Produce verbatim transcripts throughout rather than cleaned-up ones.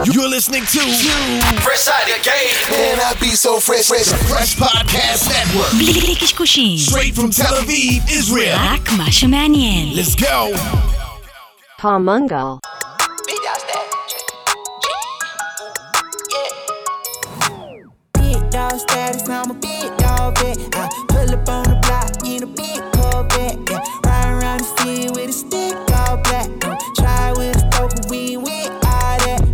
You're listening to Fresh Out of Game. Man, I be so fresh, fresh, fresh podcast network. בלי קשקושים. Straight from Tel Aviv, Israel. רק מה שמעניין. Let's go. Palmungal. Big dog status, I'm a big dog vet. I pull up on the block in a big Corvette. Yeah. Riding around the city with a stick all black. Try with a stroke of weed with all that.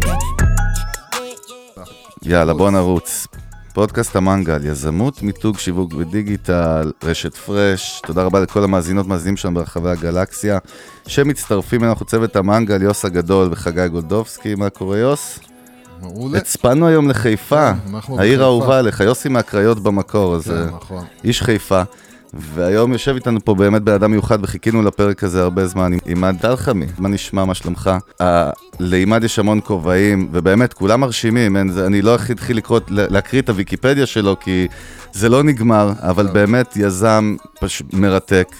יאללה, בוא נרוץ. פודקאסט המנגל, יזמות, מיתוג, שיווק ודיגיטל, רשת פרש. תודה רבה לכל המאזינות, מאזינים שם ברחבי הגלקסיה, שמצטרפים אלינו צוות המנגל, יוס הגדול וחגי גולדובסקי. מה קורה, יוס? מעולה. הצפנו היום לחיפה, העיר האהובה לך, יוסי מהקריות במקור, אז איש חיפה. והיום יושב איתנו פה באמת בן אדם מיוחד, וחיכינו לפרק הזה הרבה זמן, עם עימאד דלחמי. מה נשמע, מה שלומך? לעימאד יש המון כובעים, ובאמת כולם מרשימים. אני לא התחיל לקרוא, להקריא את הוויקיפדיה שלו, כי זה לא נגמר, אבל באמת יזם מרתק,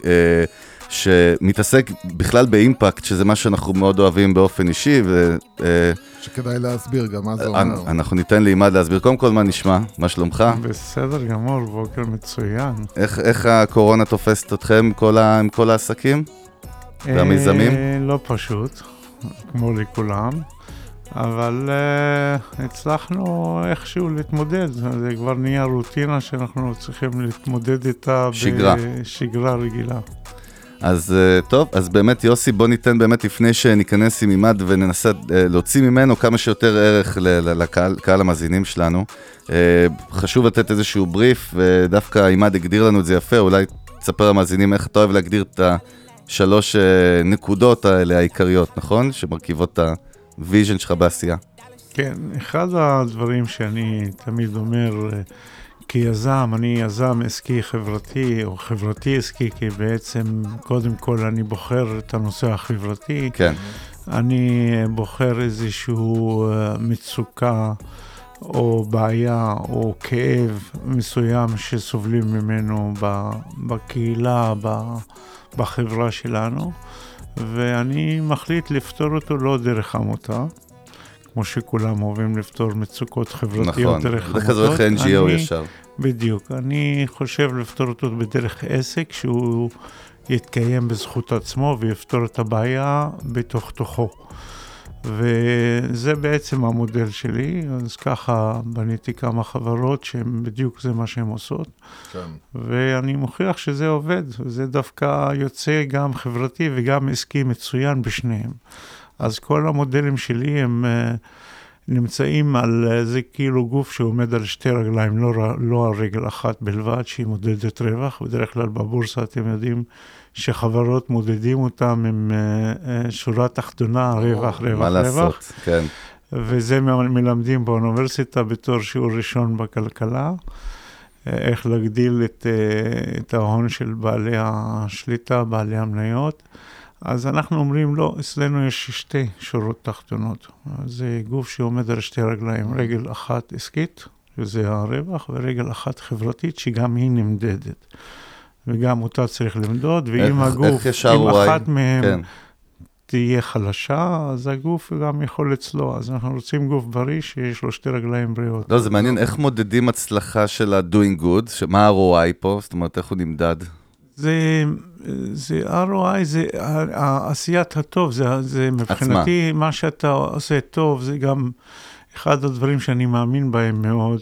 שמתעסק בכלל באימפקט, שזה מה שאנחנו מאוד אוהבים באופן אישי, ו... שכדאי להסביר גם מה זה אומר. אנחנו ניתן לעימאד להסביר. קודם כל, מה נשמע? מה שלומך? בסדר גמור, בוקר מצוין. איך, איך הקורונה תופסת אתכם כל ה, עם כל העסקים והמיזמים? לא פשוט, כמו לכולם, אבל uh, הצלחנו איכשהו להתמודד. זה כבר נהיה רוטינה שאנחנו צריכים להתמודד איתה שגרה. בשגרה רגילה. אז טוב, אז באמת יוסי, בוא ניתן באמת לפני שניכנס עם עימאד וננסה להוציא ממנו כמה שיותר ערך לקהל, קהל המאזינים שלנו. חשוב לתת איזשהו בריף, ודווקא עימאד הגדיר לנו את זה יפה, אולי תספר למאזינים איך אתה אוהב להגדיר את השלוש נקודות האלה העיקריות, נכון? שמרכיבות את הוויז'ן שלך בעשייה. כן, אחד הדברים שאני תמיד אומר, כיזם, אני יזם עסקי חברתי, או חברתי עסקי, כי בעצם קודם כל אני בוחר את הנושא החברתי. כן. אני בוחר איזשהו מצוקה, או בעיה, או כאב מסוים שסובלים ממנו בקהילה, בחברה שלנו, ואני מחליט לפתור אותו לא דרך עמותה, כמו שכולם אוהבים לפתור מצוקות חברתיות נכון, דרך עמותות. נכון, זה כזה אן ג'י או ישר. בדיוק, אני חושב לפתור אותו בדרך עסק, שהוא יתקיים בזכות עצמו ויפתור את הבעיה בתוך תוכו. וזה בעצם המודל שלי, אז ככה בניתי כמה חברות שהן בדיוק זה מה שהן עושות. כן. ואני מוכיח שזה עובד, וזה דווקא יוצא גם חברתי וגם עסקי מצוין בשניהם. אז כל המודלים שלי הם uh, נמצאים על זה כאילו גוף שעומד על שתי רגליים, לא, לא על רגל אחת בלבד, שהיא מודדת רווח. בדרך כלל בבורסה אתם יודעים שחברות מודדים אותם עם uh, uh, שורה תחתונה, רווח, רווח, מה רווח. לעשות, כן. וזה מלמדים באוניברסיטה בתור שיעור ראשון בכלכלה, איך להגדיל את, uh, את ההון של בעלי השליטה, בעלי המניות. אז אנחנו אומרים, לא, אצלנו יש שתי שורות תחתונות. זה גוף שעומד על שתי רגליים, רגל אחת עסקית, שזה הרווח, ורגל אחת חברתית, שגם היא נמדדת. וגם אותה צריך למדוד, ואם איך, הגוף, איך אם אחת מהם כן. תהיה חלשה, אז הגוף גם יכול אצלו. אז אנחנו רוצים גוף בריא שיש לו שתי רגליים בריאות. לא, זה מעניין, איך מודדים הצלחה של ה-doing good? מה ה-אר או איי פה? זאת אומרת, איך הוא נמדד? זה, זה אר או איי, זה העשיית הטוב, זה, זה מבחינתי עצמה. מה שאתה עושה טוב, זה גם אחד הדברים שאני מאמין בהם מאוד,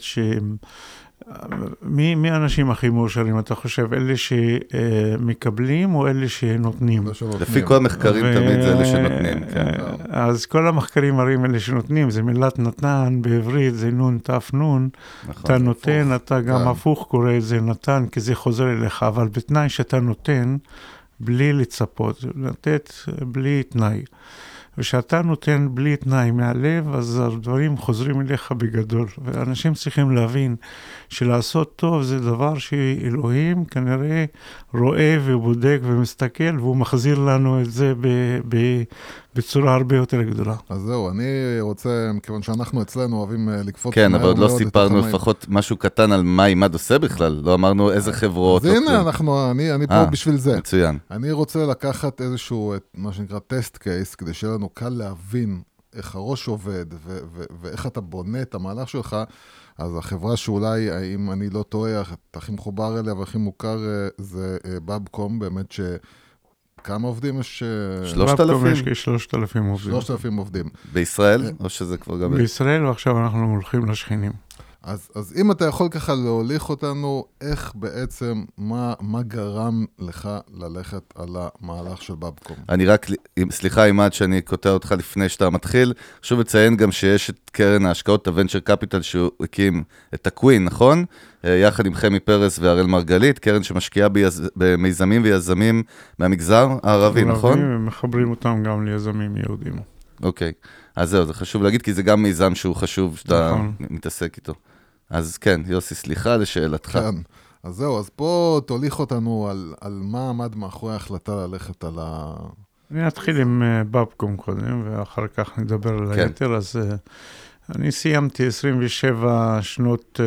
מי, מי האנשים הכי מאושרים, אתה חושב, אלה שמקבלים או אלה שנותנים? לפי כל המחקרים ו... תמיד זה אלה שנותנים. כן. אז כל המחקרים מראים אלה שנותנים, זה מילת נתן, בעברית זה נון תף נון, נכון, אתה נותן, הפוך. אתה גם כן. הפוך קורא את זה נתן, כי זה חוזר אליך, אבל בתנאי שאתה נותן, בלי לצפות, לתת בלי תנאי. ושאתה נותן בלי תנאי מהלב, אז הדברים חוזרים אליך בגדול. ואנשים צריכים להבין שלעשות טוב זה דבר שאלוהים כנראה רואה ובודק ומסתכל, והוא מחזיר לנו את זה ב, ב, בצורה הרבה יותר גדולה. אז זהו, אני רוצה, מכיוון שאנחנו אצלנו אוהבים לקפוץ... כן, אבל עוד לא סיפרנו לפחות משהו קטן על מה עימאד עושה בכלל. לא אמרנו איזה חברות... אז הנה, אנחנו, אני, אני פה בשביל זה. מצוין. אני רוצה לקחת איזשהו, מה שנקרא טסט קייס, כדי שיהיה לנו קל להבין איך הראש עובד, ו- ו- ואיך אתה בונה את המהלך שלך, אז החברה שאולי, אם אני לא טועה, אתה הכי מחובר אליה והכי מוכר, זה בבקום, באמת ש... כמה עובדים יש? שלושת אלפים? יש כשלושת אלפים עובדים. שלושת אלפים עובדים. בישראל? או שזה כבר גם... בישראל, ועכשיו אנחנו הולכים לשכנים. אז, אז אם אתה יכול ככה להוליך אותנו, איך בעצם, מה, מה גרם לך ללכת על המהלך של בבקום? אני רק, סליחה עימד שאני קוטע אותך לפני שאתה מתחיל, חשוב לציין גם שיש את קרן ההשקעות, הוונצ'ר קפיטל, שהוא הקים את הקווין, נכון? יחד עם חמי פרס והראל מרגלית, קרן שמשקיעה ביז... במיזמים ויזמים מהמגזר הערבי, נכון? ומחברים אותם גם ליזמים יהודים. אוקיי, אז זהו, זה חשוב להגיד, כי זה גם מיזם שהוא חשוב שאתה נכון. מתעסק איתו. אז כן, יוסי, סליחה לשאלתך. כן, אז זהו, אז פה תוליך אותנו על, על מה עמד מאחורי ההחלטה ללכת על ה... אני אתחיל עם בבקום קודם, ואחר כך נדבר על כן. היתר, אז אני סיימתי עשרים ושבע שנות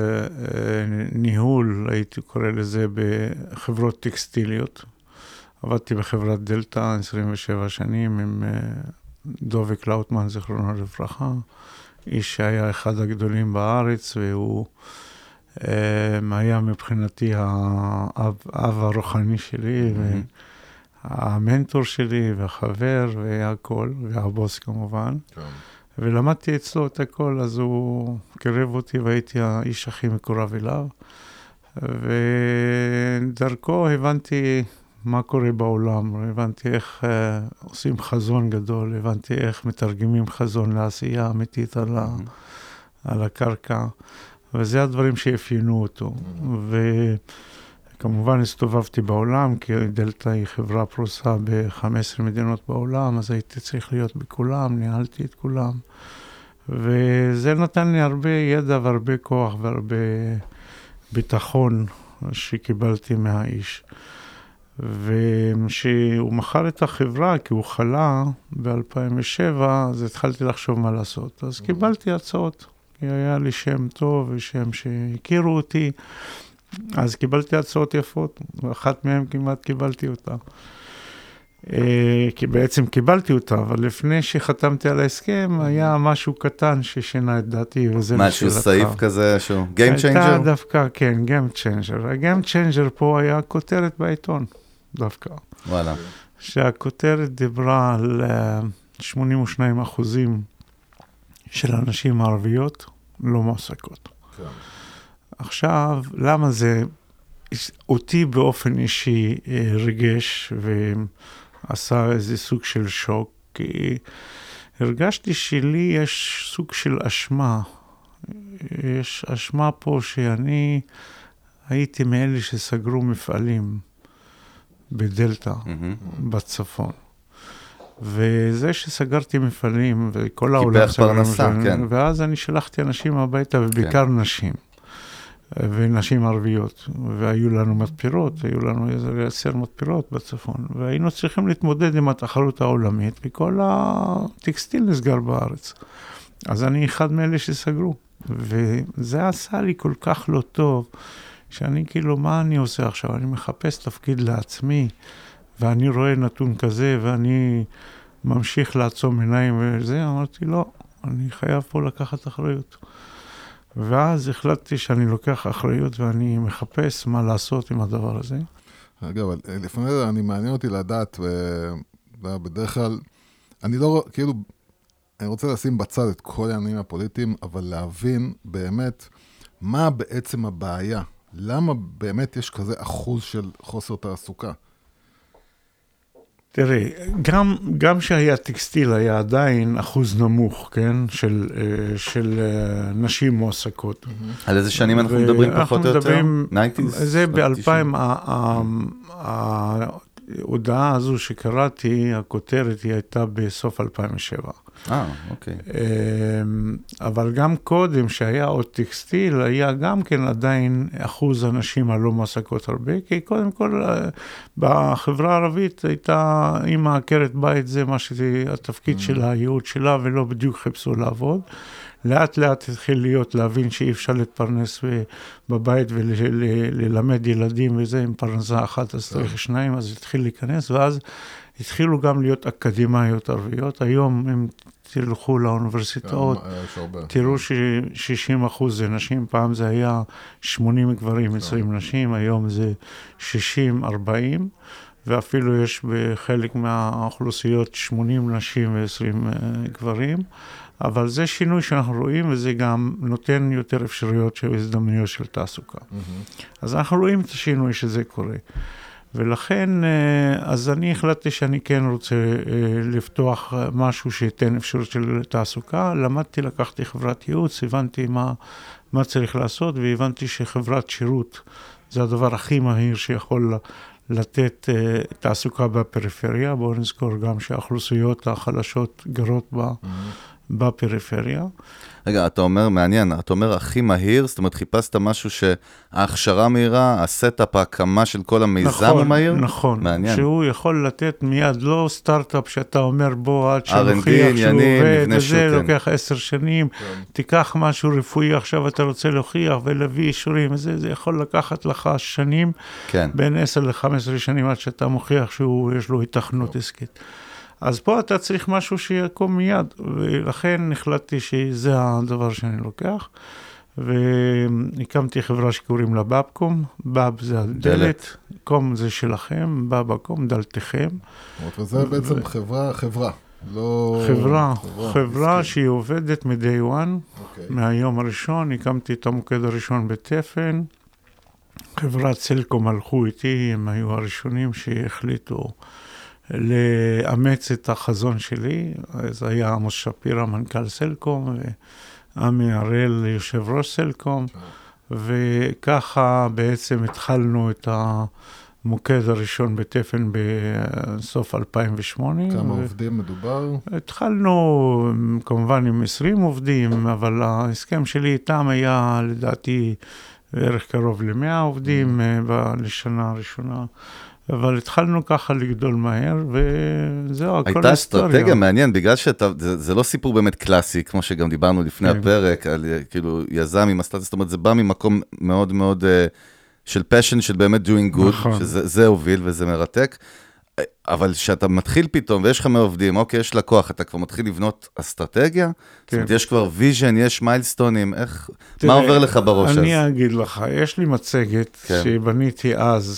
ניהול, הייתי קורא לזה, בחברות טקסטיליות. עבדתי בחברת דלטה עשרים ושבע שנים עם דוביק לאוטמן, זיכרונו לברכה. איש שהיה אחד הגדולים בארץ, והוא היה מבחינתי האב הרוחני שלי, והמנטור שלי, והחבר, והכל, והבוס כמובן. ולמדתי אצלו את הכל, אז הוא קרב אותי, והייתי האיש הכי מקורב אליו. ודרכו הבנתי מה קורה בעולם, הבנתי איך uh, עושים חזון גדול, הבנתי איך מתרגמים חזון לעשייה אמיתית על, ה, על הקרקע, וזה הדברים שאפיינו אותו. וכמובן הסתובבתי בעולם, כי דלטה היא חברה פרוסה ב-חמש עשרה מדינות בעולם, אז הייתי צריך להיות בכולם, ניהלתי את כולם. וזה נתן לי הרבה ידע והרבה כוח והרבה ביטחון שקיבלתי מהאיש. וכשהוא מכר את החברה, כי הוא חלה ב-אלפיים ושבע, אז התחלתי לחשוב מה לעשות. אז קיבלתי הצעות, כי היה לי שם טוב ושם שהכירו אותי, אז קיבלתי הצעות יפות, ואחת מהן כמעט קיבלתי אותה. כי בעצם קיבלתי אותה, אבל לפני שחתמתי על ההסכם, היה משהו קטן ששינה את דעתי, וזה משהו סעיף כזה, שהוא Game Changer? הייתה דווקא, כן, Game Changer. ה-Game Changer פה היה כותרת בעיתון, דווקא. וואלה. שהכותרת דיברה על שמונים ושניים אחוזים של אנשים ערביות לא מועסקות. כן. עכשיו, למה זה אותי באופן אישי רגש ועשה איזה סוג של שוק, כי הרגשתי שלי יש סוג של אשמה. יש אשמה פה שאני הייתי מאלה שסגרו מפעלים בדלטה, mm-hmm. בצפון. וזה שסגרתי מפעלים, וכל העולם סגר מפעלים, כן. ואז אני שלחתי אנשים הביתה, ובעיקר כן. נשים. ונשים ערביות, והיו לנו מתפירות, היו לנו איזה עשר מתפירות בצפון, והיינו צריכים להתמודד עם התחרות העולמית, וכל הטקסטיל נסגר בארץ. אז אני אחד מאלה שסגרו, וזה עשה לי כל כך לא טוב, שאני כאילו, מה אני עושה עכשיו? אני מחפש תפקיד לעצמי, ואני רואה נתון כזה, ואני ממשיך לעצום עיניים וזה, אמרתי, לא, אני חייב פה לקחת אחריות. ואז החלטתי שאני לוקח אחריות ואני מחפש מה לעשות עם הדבר הזה. אגב, לפני זה אני מעניין אותי לדעת, ובדרך כלל, אני לא, כאילו, אני רוצה לשים בצד את כל העניינים הפוליטיים, אבל להבין באמת מה בעצם הבעיה. למה באמת יש כזה אחוז של חוסר תעסוקה? תראה, גם, גם שהיה טקסטיל היה עדיין אחוז נמוך, כן? של, של נשים מועסקות. על איזה שנים אנחנו מדברים פחות או יותר? תשעים? זה ב-אלפיים, ההודעה הזו שקראתי, הכותרת היא הייתה בסוף אלפיים ושבע. אה, אוקיי. אבל גם קודם שהיה עוד טקסטיל, היה גם כן עדיין אחוז הנשים הלא מועסקות הרבה, כי קודם כל בחברה הערבית הייתה אימא עקרת בית, זה מה שזה התפקיד שלה, הייעוד שלה, ולא בדיוק חיפשו לעבוד. לאט לאט התחיל להיות, להבין שאי אפשר להתפרנס בבית וללמד ילדים וזה, עם פרנסה אחת, אז צריך שניים, אז התחיל להיכנס, ואז התחילו גם להיות אקדמיות ערביות. היום הם תלכו לאוניברסיטאות, תראו ש-שישים אחוז זה נשים, פעם זה היה שמונים גברים, עשרים נשים, היום זה שישים ארבעים, ואפילו יש בחלק מהאוכלוסיות שמונים נשים ו-עשרים גברים, אבל זה שינוי שאנחנו רואים, וזה גם נותן יותר אפשרויות של הזדמנויות של תעסוקה. אז אנחנו רואים את השינוי שזה קורה. ולכן, אז אני החלטתי שאני כן רוצה לפתוח משהו שייתן אפשרות של תעסוקה. למדתי, לקחתי חברת ייעוץ, הבנתי מה, מה צריך לעשות, והבנתי שחברת שירות זה הדבר הכי מהיר שיכול לתת תעסוקה בפריפריה. בואו נזכור גם שהאוכלוסיות החלשות גרות בה, בפריפריה. רגע, אתה אומר, מעניין, אתה אומר הכי מהיר, זאת אומרת, חיפשת משהו שההכשרה מהירה, הסטאפ, ההקמה של כל המיזם נכון, המהיר? נכון, מעניין. שהוא יכול לתת מיד, לא סטארט-אפ שאתה אומר בו עד שנוכיח שהוא עובד, וזה לוקח עשר שנים, תיקח משהו רפואי, עכשיו אתה רוצה להוכיח ולהביא אישורים, זה, זה יכול לקחת לך שנים, כן. בין עשר לחמש עשרה שנים עד שאתה מוכיח שיש לו התכנות עסקית. אז פה אתה צריך משהו שיקום מיד, ולכן החלטתי שזה הדבר שאני לוקח, והקמתי חברה שקוראים לה בבקום, בב זה הדלת, קום זה שלכם, בבקום, דלתכם. וזה בעצם חברה, חברה, לא... חברה, חברה שהיא עובדת מ-day one, מהיום הראשון, הקמתי את המוקד הראשון בתפן, חברת סלקום הלכו איתי, הם היו הראשונים שהחליטו, לאמץ את החזון שלי. אז היה עמוס שפירא, מנכ"ל סלקום, ועמי הראל, יושב ראש סלקום, וככה בעצם התחלנו את המוקד הראשון בתפן בסוף אלפיים ושמונה. כמה ו... עובדים מדובר? התחלנו כמובן עם עשרים עובדים, אבל ההסכם שלי איתם היה לדעתי בערך קרוב ל-מאה עובדים mm. לשנה הראשונה. אבל התחלנו ככה לגדול מהר, וזהו, הכל הייתה היסטוריה. אסטרטגיה מעניין, בגלל שאתה, זה, זה לא סיפור באמת קלאסי, כמו שגם דיברנו לפני כן. הפרק, על כאילו יזם עם הסטטוס, זאת אומרת, זה בא ממקום מאוד מאוד uh, של פשן, של באמת doing good, נכון. שזה זה הוביל וזה מרתק, אבל שאתה מתחיל פתאום, ויש לך מעובדים, אוקיי, יש לקוח, אתה כבר מתחיל לבנות אסטרטגיה, כן. זאת אומרת, יש כבר ויז'ן, יש מיילסטונים, איך, תראה, מה עובר לך בראש הזה? אני אגיד לך, יש לי מצגת כן. שבניתי אז,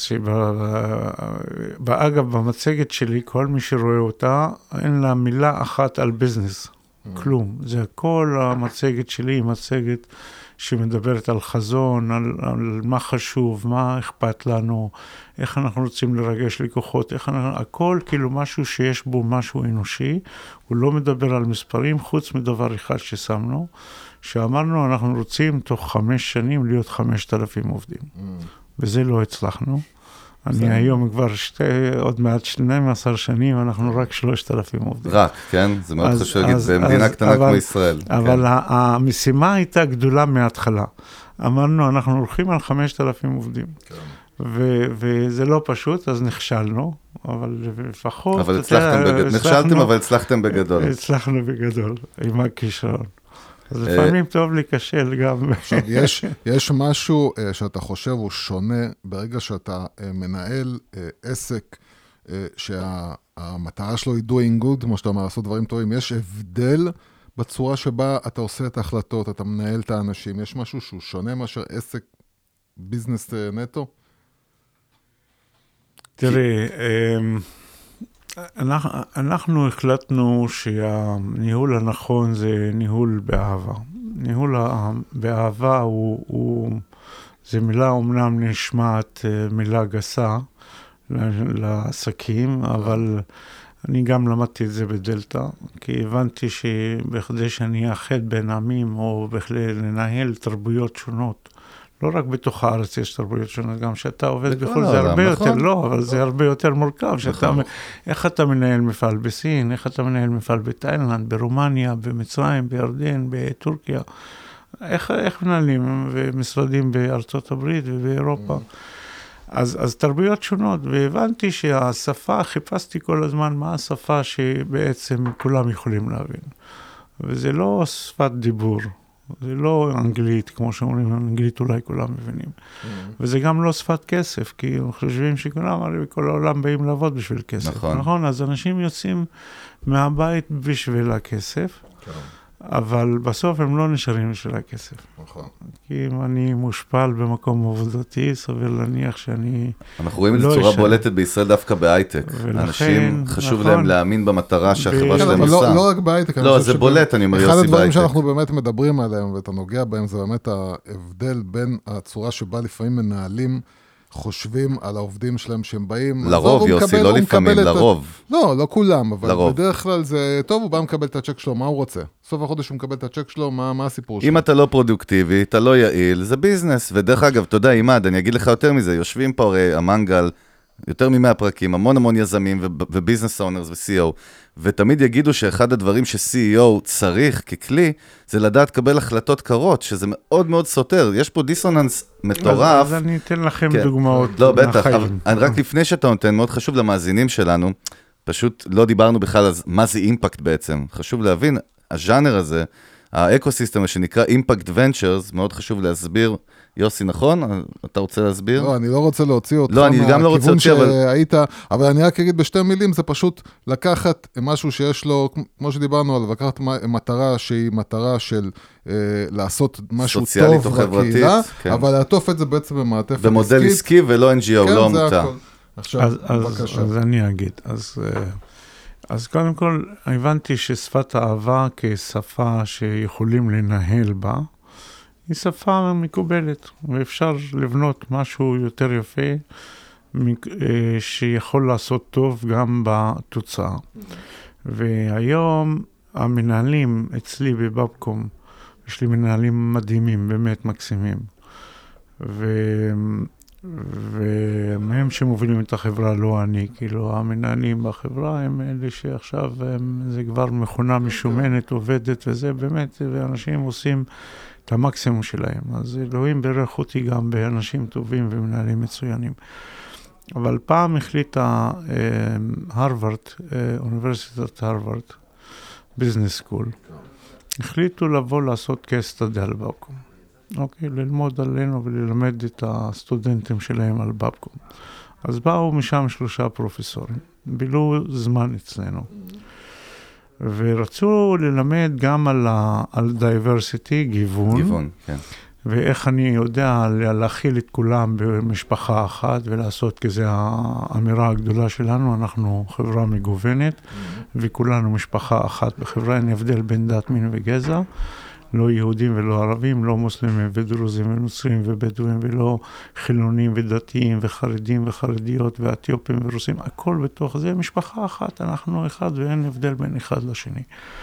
שבאגב, במצגת שלי, כל מי שרואה אותה, אין לה מילה אחת על ביזנס, mm. כלום. זה כל המצגת שלי, היא מצגת שמדברת על חזון, על, על מה חשוב, מה אכפת לנו, איך אנחנו רוצים לרגש לקוחות, איך אנחנו, הכל כאילו משהו שיש בו משהו אנושי, הוא לא מדבר על מספרים, חוץ מדבר אחד ששמנו, שאמרנו אנחנו רוצים תוך חמש שנים להיות חמשת אלפים עובדים, mm. וזה לא הצלחנו. אני היום כבר שתי, עוד מעט שנים עשר שנים, אנחנו רק שלושת אלפים עובדים. רק, כן? זה מאוד חשוב להגיד, במדינה קטנה כמו ישראל. אבל המשימה הייתה גדולה מההתחלה. אמרנו, אנחנו הולכים על חמשת אלפים עובדים. וזה לא פשוט, אז נכשלנו, אבל לפחות... אבל הצלחתם בגדול. נכשלתם, אבל הצלחתם בגדול. הצלחנו בגדול, עם הכישרון. אז לפעמים טוב להיכשל גם. עכשיו, יש, יש משהו uh, שאתה חושב הוא שונה ברגע שאתה uh, מנהל uh, עסק uh, שהמטרה שלו היא doing good, כמו שאתה אומר, לעשות דברים טובים. יש הבדל בצורה שבה אתה עושה את ההחלטות, אתה מנהל את האנשים. יש משהו שהוא שונה מאשר עסק ביזנס uh, נטו? תראי, אנחנו, אנחנו החלטנו שהניהול הנכון זה ניהול באהבה. ניהול באהבה הוא, הוא, זה מילה אומנם נשמעת מילה גסה לעסקים, אבל אני גם למדתי את זה בדלטה, כי הבנתי שבכדי שאני אאחד בין עמים, או בכדי לנהל תרבויות שונות, לא רק בתוך הארץ יש תרבויות שונות, גם שאתה עובד בחו"ל זה הרבה יותר, לא, אבל זה הרבה יותר מורכב. איך אתה מנהל מפעל בסין, איך אתה מנהל מפעל בתאילנד, ברומניה, במצרים, בירדן, בטורקיה, איך מנהלים משרדים בארצות הברית ובאירופה. אז, אז תרבויות שונות, והבנתי שהשפה, חיפשתי כל הזמן מה השפה שבעצם כולם יכולים להבין. וזה לא שפת דיבור, זה לא אנגלית, כמו שאומרים, אנגלית אולי כולם מבינים. Mm-hmm. וזה גם לא שפת כסף, כי הם חושבים שכולם הרי בכל העולם באים לעבוד בשביל כסף. נכון. נכון? אז אנשים יוצאים מהבית בשביל הכסף, כן. אבל בסוף הם לא נשארים בשביל הכסף. נכון. כי אם אני מושפל במקום עבודתי, סביר להניח שאני... אנחנו רואים את זה צורה בולטת בישראל דווקא בהייטק. אנשים חשוב להם להאמין במטרה שהחברה שלהם עושה. לא רק בהייטק. לא, זה בולט, אני אומר יוסי בהייטק. אחד הדברים שאנחנו באמת מדברים עליהם, ואתה נוגע בהם, זה באמת ההבדל בין הצורה שבה לפעמים מנהלים חושבים על העובדים שלהם שהם באים. לרוב, יוסי, לא לפעמים, לרוב. לא, לא כולם, אבל בדרך כלל זה טוב, הוא בא מקבל את הצ'ק שלו, מה הוא רוצה? סוף החודש הוא מקבל את הצ'ק שלו, מה הסיפור שלו? אם אתה לא פרודוקטיבי, אתה לא יעיל, זה ביזנס. ודרך אגב, תודה, אימד, אני אגיד לך יותר מזה, יושבים פה הרי המנגל, יותר ממאה פרקים, המון המון יזמים וביזנס אונרס ו-סי אי או, ותמיד יגידו שאחד הדברים ש-סי אי או צריך ככלי, זה לדעת קבל החלטות קרות, שזה מאוד מאוד סותר. יש פה דיסוננס מטורף. אז אני אתן לכם דוגמאות. לא, בטח, רק לפני שאתה נותן, מאוד חשוב למאזינים שלנו, פשוט לא דיברנו בכלל על מה זה אימפקט בעצם. חשוב להבין, הז'אנר הזה, האקוסיסטם שנקרא אימפקט ונצ'רס, מאוד חשוב להסביר. יוסי, נכון? אתה רוצה להסביר? לא, אני לא רוצה להוציא אותך לא, אני גם לא רוצה להוציא, אבל... שהיית, אבל אני רק אגיד בשתי מילים, זה פשוט לקחת משהו שיש לו, כמו שדיברנו עליו, לקחת מטרה שהיא מטרה של אה, לעשות משהו טוב בקהילה, כן. אבל לעטוף את זה בעצם במעטפת עסקית. במודל עסקי ולא אן ג'י או, כן, לא עמותה. עכשיו, אז, אז, אז אני אגיד, אז... אז קודם כל, הבנתי ששפת האהבה כשפה שיכולים לנהל בה, היא שפה מקובלת, ואפשר לבנות משהו יותר יפה, שיכול לעשות טוב גם בתוצאה. והיום המנהלים אצלי בבאבקום, יש לי מנהלים מדהימים, באמת מקסימים, ו... ומהם שמובילים את החברה, לא אני, כאילו המנהלים בחברה הם אלה שעכשיו הם, זה כבר מכונה משומנת, עובדת וזה באמת, ואנשים עושים את המקסימום שלהם. אז אלוהים ברך אותי גם באנשים טובים ומנהלים מצוינים. אבל פעם החליטה אה, הרווארד, אה, אוניברסיטת הרווארד, ביזנס סקול, החליטו לבוא לעשות קייס סטאדי על באבקום. אוקיי, ללמוד עלינו וללמד את הסטודנטים שלהם על באבקום. אז באו משם שלושה פרופסורים, בילו זמן אצלנו. ורצו ללמד גם על, ה, על diversity, גיוון. גיוון, כן. ואיך אני יודע להכיל את כולם במשפחה אחת ולעשות כזה האמירה הגדולה שלנו, אנחנו חברה מגוונת, וכולנו משפחה אחת בחברה, אין הבדל בין דת, מין וגזע. לא יהודים ולא ערבים, לא מוסלמים ודרוזים ונוצרים ובדואים ולא חילונים ודתיים וחרדים וחרדיות ואתיופים ורוסים, הכל בתוך זה משפחה אחת, אנחנו אחד ואין הבדל בין אחד לשני.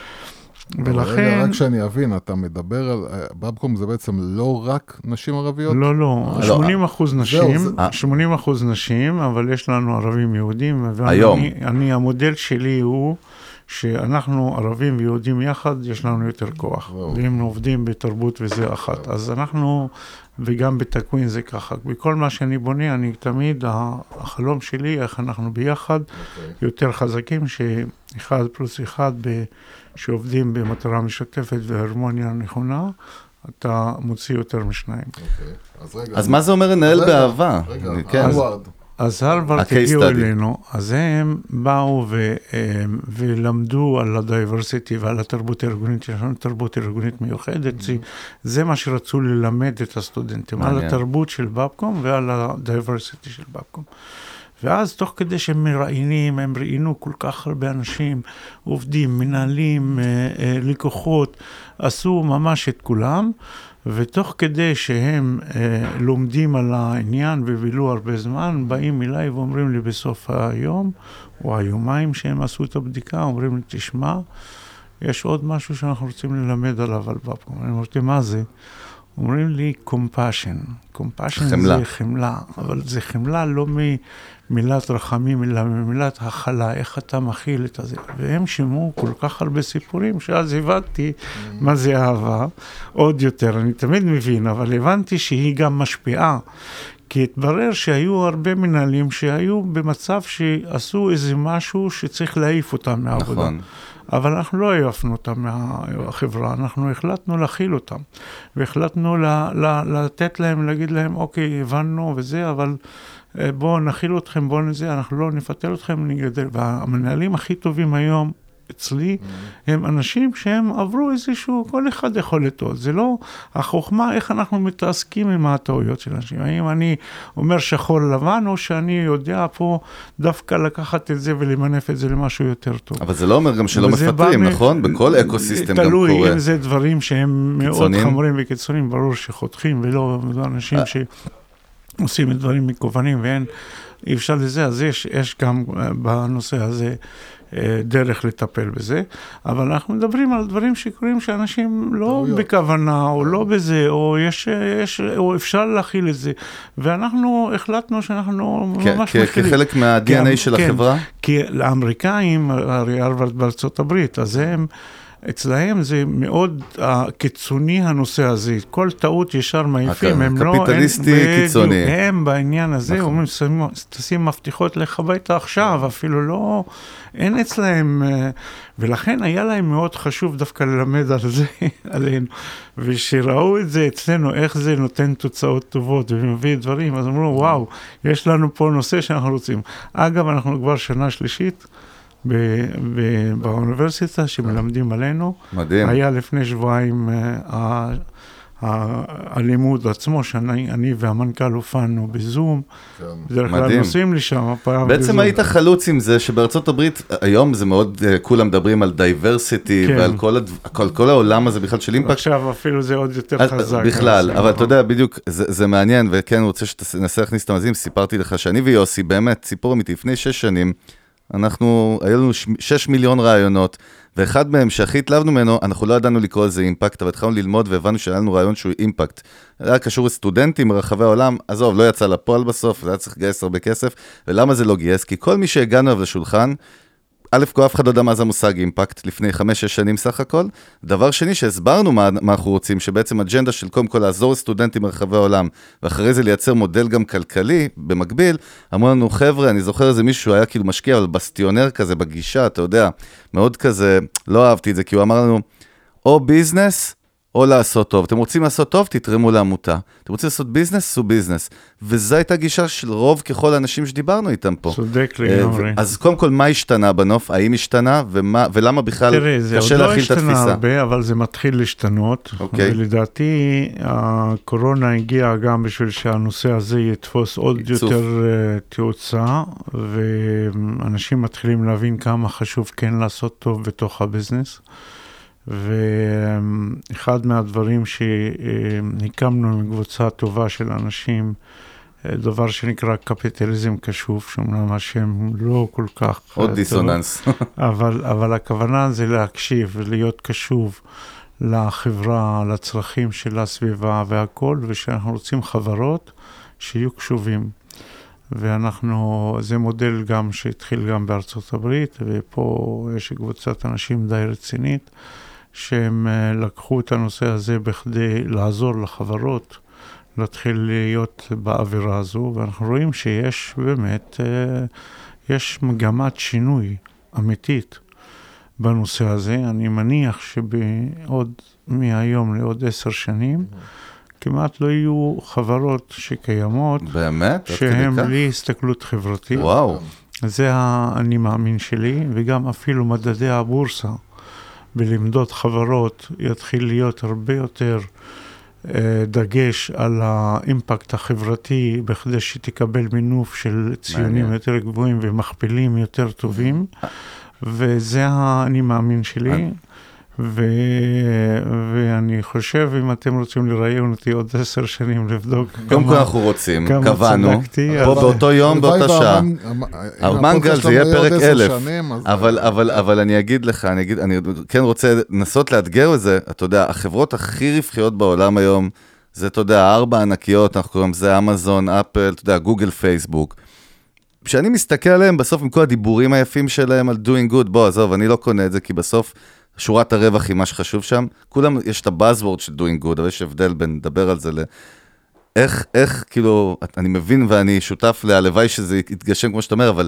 ולכן... רק שאני אבין, אתה מדבר על... באבקום זה בעצם לא רק נשים ערביות? לא, לא, שמונים אחוז נשים, שמונים אחוז נשים, אבל יש לנו ערבים יהודים. היום. אני, המודל שלי הוא... שאנחנו ערבים ויהודים יחד, יש לנו יותר כוח. ואם עובדים בתרבות וזה אחת. אז אנחנו, וגם בתקווין זה ככה. בכל מה שאני בונה, אני תמיד, החלום שלי, איך אנחנו ביחד, יותר חזקים, שאחד פלוס אחד, שעובדים במטרה משותפת והרמוניה נכונה, אתה מוציא יותר משניים. אז מה זה אומר לנהל באהבה? רגע, הרווארד. אז הרווארד הגיעו אלינו, אז הם באו ו, ולמדו על הדייברסיטי ועל התרבות הארגונית, יש לנו תרבות ארגונית מיוחדת, mm-hmm. זה מה שרצו ללמד את הסטודנטים, על התרבות של באבקום ועל הדייברסיטי של באבקום. ואז תוך כדי שהם מראיינים, הם ראיינו כל כך הרבה אנשים, עובדים, מנהלים, לקוחות, עשו ממש את כולם, ותוך כדי שהם אה, לומדים על העניין ובילו הרבה זמן, באים אליי ואומרים לי בסוף היום, או היומיים שהם עשו את הבדיקה, אומרים לי, תשמע, יש עוד משהו שאנחנו רוצים ללמד עליו על באבקום. אני אומרת, מה זה? אומרים לי, compassion. compassion חמלה. זה חמלה, אבל זה חמלה לא ממילת רחמים, אלא ממילת החלה, איך אתה מכיל את זה. והם שמעו כל כך הרבה סיפורים, שאז הבנתי מה זה אהבה, עוד יותר, אני תמיד מבין, אבל הבנתי שהיא גם משפיעה, כי התברר שהיו הרבה מנהלים שהיו במצב שעשו איזה משהו שצריך להעיף אותם מהעבודה. נכון. אבל אנחנו לא העפנו אותם מהחברה, אנחנו החלטנו להכיל אותם, והחלטנו ל- ל- לתת להם, להגיד להם, אוקיי, הבנו וזה, אבל בואו נכיל אתכם, בואו נזה, אנחנו לא נפטר אתכם, נגדל. והמנהלים הכי טובים היום, אצלי, הם אנשים שהם עברו איזשהו, כל אחד יכול לטעות. זה לא החוכמה, איך אנחנו מתעסקים עם הטעויות של אנשים. האם אני אומר שחור לבן, או שאני יודע פה דווקא לקחת את זה ולמנף את זה למשהו יותר טוב. אבל זה לא אומר גם שלא מפטרים, נכון? בכל אקוסיסטם גם קורה. תלוי אם זה דברים שהם מאוד חמורים וקיצוניים, ברור שחותכים, ולא אנשים שעושים את דברים מקוונים, ואין, אי אפשר לזה, אז יש, יש גם בנושא הזה, דרך לטפל בזה, אבל אנחנו מדברים על דברים שקורים שאנשים לא בכוונה, או לא בזה, או יש, יש, או אפשר להכיל את זה, ואנחנו החלטנו שאנחנו ממש מכילים. כחלק מה-די אן איי של החברה? כי לאמריקאים, הרי הרווארד בארצות הברית, אז הם, אצלהם זה מאוד קיצוני הנושא הזה, כל טעות ישר מעיפים, הם לא... קפיטליסטי קיצוני. הם בעניין הזה, אומרים, תשים מבטיחות לך הביתה עכשיו, אפילו לא... אין אצלהם, ולכן היה להם מאוד חשוב דווקא ללמד על זה, עלינו, ושראו את זה אצלנו, איך זה נותן תוצאות טובות, ומביא דברים, אז אמרו, וואו, יש לנו פה נושא שאנחנו רוצים. אגב, אנחנו כבר שנה שלישית, באוניברסיטה שמלמדים עלינו. מדהים. היה לפני שבועיים הלימוד עצמו, שאני והמנכ"ל הופענו בזום. בדרך כלל נוסעים לי שם הפעם. בעצם היית חלוץ עם זה שבארצות הברית, היום זה מאוד, כולם מדברים על דייברסיטי, ועל כל העולם הזה בכלל של אימפקט. עכשיו אפילו זה עוד יותר חזק. בכלל, אבל אתה יודע, בדיוק, זה מעניין, וכן רוצה שתנסה להכניס את המזים, סיפרתי לך שאני ויוסי, באמת, סיפור אמיתי, לפני שש שנים, אנחנו, היו לנו שש מיליון רעיונות, ואחד מהם שהכי התלהבנו ממנו, אנחנו לא ידענו לקרוא לזה אימפקט, אבל התחלנו ללמוד והבנו שהיה לנו רעיון שהוא אימפקט. היה קשור לסטודנטים ברחבי העולם, עזוב, לא יצא לפועל בסוף, זה היה צריך לגייס הרבה כסף, ולמה זה לא גייס? כי כל מי שהגענו אליו לשולחן, א' כל אף אחד לא יודע מה זה המושג אימפקט, לפני חמש, שש שנים סך הכל. דבר שני שהסברנו מה, מה אנחנו רוצים, שבעצם אג'נדה של קודם כל לעזור לסטודנטים ברחבי העולם, ואחרי זה לייצר מודל גם כלכלי, במקביל, אמרו לנו, חבר'ה, אני זוכר איזה מישהו היה כאילו משקיע, אבל בסטיונר כזה בגישה, אתה יודע, מאוד כזה, לא אהבתי את זה, כי הוא אמר לנו, או ביזנס, או לעשות טוב. אתם רוצים לעשות טוב, תתרמו לעמותה. אתם רוצים לעשות ביזנס, עשו ביזנס. וזו הייתה גישה של רוב ככל האנשים שדיברנו איתם פה. צודק לגמרי. אז קודם כל, מה השתנה בנוף? האם השתנה? ומה, ולמה בכלל קשה להכיל את התפיסה? תראה, זה עוד לא השתנה הרבה, אבל זה מתחיל להשתנות. אוקיי. ולדעתי, הקורונה הגיעה גם בשביל שהנושא הזה יתפוס עוד יותר תאוצה, ואנשים מתחילים להבין כמה חשוב כן לעשות טוב בתוך הביזנס. ואחד מהדברים שהקמנו עם קבוצה טובה של אנשים, דבר שנקרא קפיטליזם קשוב, שאומנם השם לא כל כך עוד דיסוננס. אבל, אבל הכוונה זה להקשיב ולהיות קשוב לחברה, לצרכים של הסביבה והכל, ושאנחנו רוצים חברות שיהיו קשובים. ואנחנו, זה מודל גם שהתחיל גם בארצות הברית, ופה יש קבוצת אנשים די רצינית, שהם לקחו את הנושא הזה בכדי לעזור לחברות, להתחיל להיות באווירה הזו, ואנחנו רואים שיש באמת, יש מגמת שינוי אמיתית בנושא הזה. אני מניח שבעוד, מהיום לעוד עשר שנים, כמעט לא יהיו חברות שקיימות, באמת? שהן בלי הסתכלות חברתית. וואו. זה אני מאמין שלי, וגם אפילו מדדי הבורסה, בלמדות חברות, יתחיל להיות הרבה יותר דגש על האימפקט החברתי, בכדי שתקבל מינוף של ציונים יותר גבוהים ומכפילים יותר טובים, וזה אני מאמין שלי. ו... ואני חושב, אם אתם רוצים לראיין אותי עוד עשר שנים לבדוק קודם כל אנחנו רוצים, קבענו, פה באותו יום, באותה שעה. המנגל זה יהיה פרק אלף, אבל אני אגיד לך, אני כן רוצה לנסות לאתגר את זה, אתה יודע, החברות הכי רווחיות בעולם היום, זה, אתה יודע, ארבע ענקיות, אנחנו קוראים, זה אמזון, אפל, אתה יודע, גוגל, פייסבוק. כשאני מסתכל עליהם, בסוף עם כל הדיבורים היפים שלהם על doing good, בוא, עזוב, אני לא קונה את זה, כי בסוף שורת הרווח היא מה שחשוב שם. כולם, יש את הבאזוורד של doing good, אבל יש הבדל בין לדבר על זה ל... איך, איך, כאילו, אני מבין ואני שותף להלוואי שזה יתגשם כמו שאתה אומר, אבל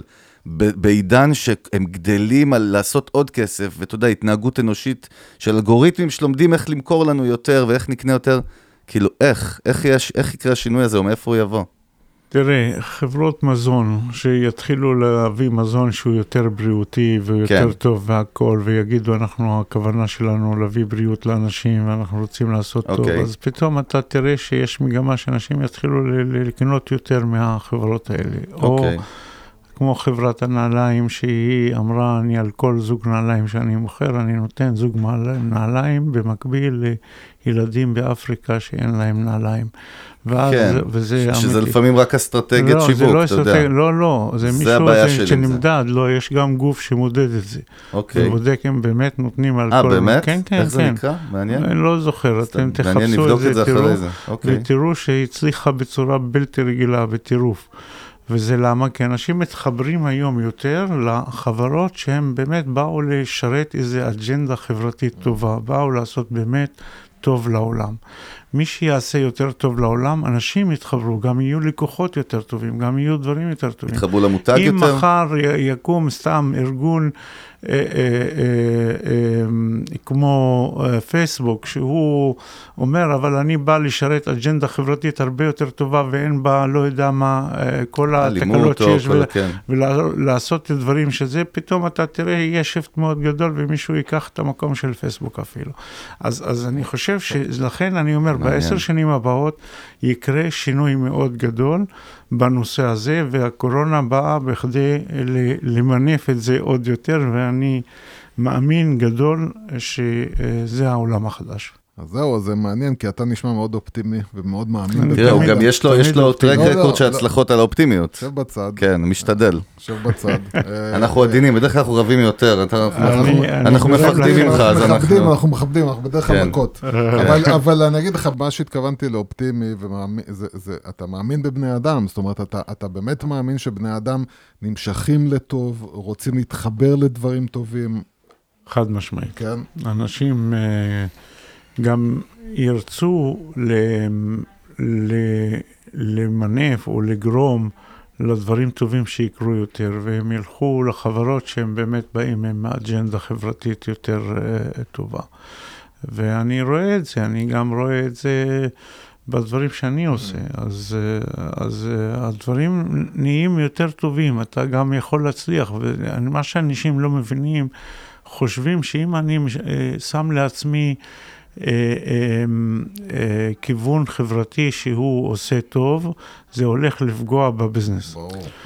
בעידן שהם גדלים על לעשות עוד כסף, ואתה יודע, התנהגות אנושית של אלגוריתמים שלומדים איך למכור לנו יותר ואיך נקנה יותר, כאילו, איך, איך, יש, איך יקרה השינוי הזה או מאיפה הוא יבוא? תראה, חברות מזון שיתחילו להביא מזון שהוא יותר בריאותי ויותר כן. טוב והכל, ויגידו אנחנו, הכוונה שלנו להביא בריאות לאנשים ואנחנו רוצים לעשות okay. טוב, אז פתאום אתה תראה שיש מגמה שאנשים יתחילו לקנות יותר מהחברות האלה. Okay. או כמו חברת הנעליים שהיא אמרה, אני על כל זוג נעליים שאני מוכר, אני נותן זוג נעליים במקביל לילדים באפריקה שאין להם נעליים. כן, שזה לפעמים רק אסטרטגיית שיווק, אתה יודע. לא, לא, זה מישהו שנמדד, לא, יש גם גוף שמודד את זה. אוקיי. ובודק הם באמת נותנים על כל... אה, באמת? כן, כן, איך זה נקרא? מעניין? אני לא זוכר, אתם תחפשו את זה, תראו, ותראו שהצליחה בצורה בלתי רגילה, בטירוף. וזה למה? כי אנשים מתחברים היום יותר לחברות שהם באמת באו לשרת איזו אג'נדה חברתית טובה, באו לעשות באמת טוב לעולם. מי שיעשה יותר טוב לעולם, אנשים יתחברו, גם יהיו לקוחות יותר טובים, גם יהיו דברים יותר טובים. יתחברו למותג אם יותר? אם מחר יקום סתם ארגון אה, אה, אה, אה, כמו אה, פייסבוק, שהוא אומר, אבל אני בא לשרת אג'נדה חברתית הרבה יותר טובה, ואין בה, לא יודע מה, אה, כל התקלות שיש, ול, כן. ולעשות את דברים שזה, פתאום אתה תראה, יהיה שפט מאוד גדול, ומישהו ייקח את המקום של פייסבוק אפילו. אז, אז אני חושב שלכן אני אומר, בעשר שנים הבאות יקרה שינוי מאוד גדול בנושא הזה, והקורונה באה בכדי למנף את זה עוד יותר, ואני מאמין גדול שזה העולם החדש. אז זהו, זה מעניין, כי אתה נשמע מאוד אופטימי ומאוד מאמין. תראה, הוא גם יש לו, יש לו טרק רקורד של הצלחות על האופטימיות. שב בצד. כן, משתדל. שב בצד. אנחנו עדינים, בדרך כלל אנחנו רבים יותר, אנחנו מפחדים ממך, אז אנחנו... מכבדים, אנחנו מכבדים, אנחנו בדרך כלל מכות. אבל אני אגיד לך, מה שהתכוונתי לאופטימי, אתה מאמין בבני אדם, זאת אומרת, אתה באמת מאמין שבני אדם נמשכים לטוב, רוצים להתחבר לדברים טובים. חד משמעית. כן. אנשים... גם ירצו למנף או לגרום לדברים טובים שיקרו יותר, והם ילכו לחברות שהם באמת באים עם אג'נדה חברתית יותר טובה. ואני רואה את זה, אני גם רואה את זה בדברים שאני עושה. אז, אז הדברים נהיים יותר טובים, אתה גם יכול להצליח, ומה שאנשים לא מבינים, חושבים שאם אני שם לעצמי כיוון חברתי שהוא עושה טוב, זה הולך לפגוע בביזנס.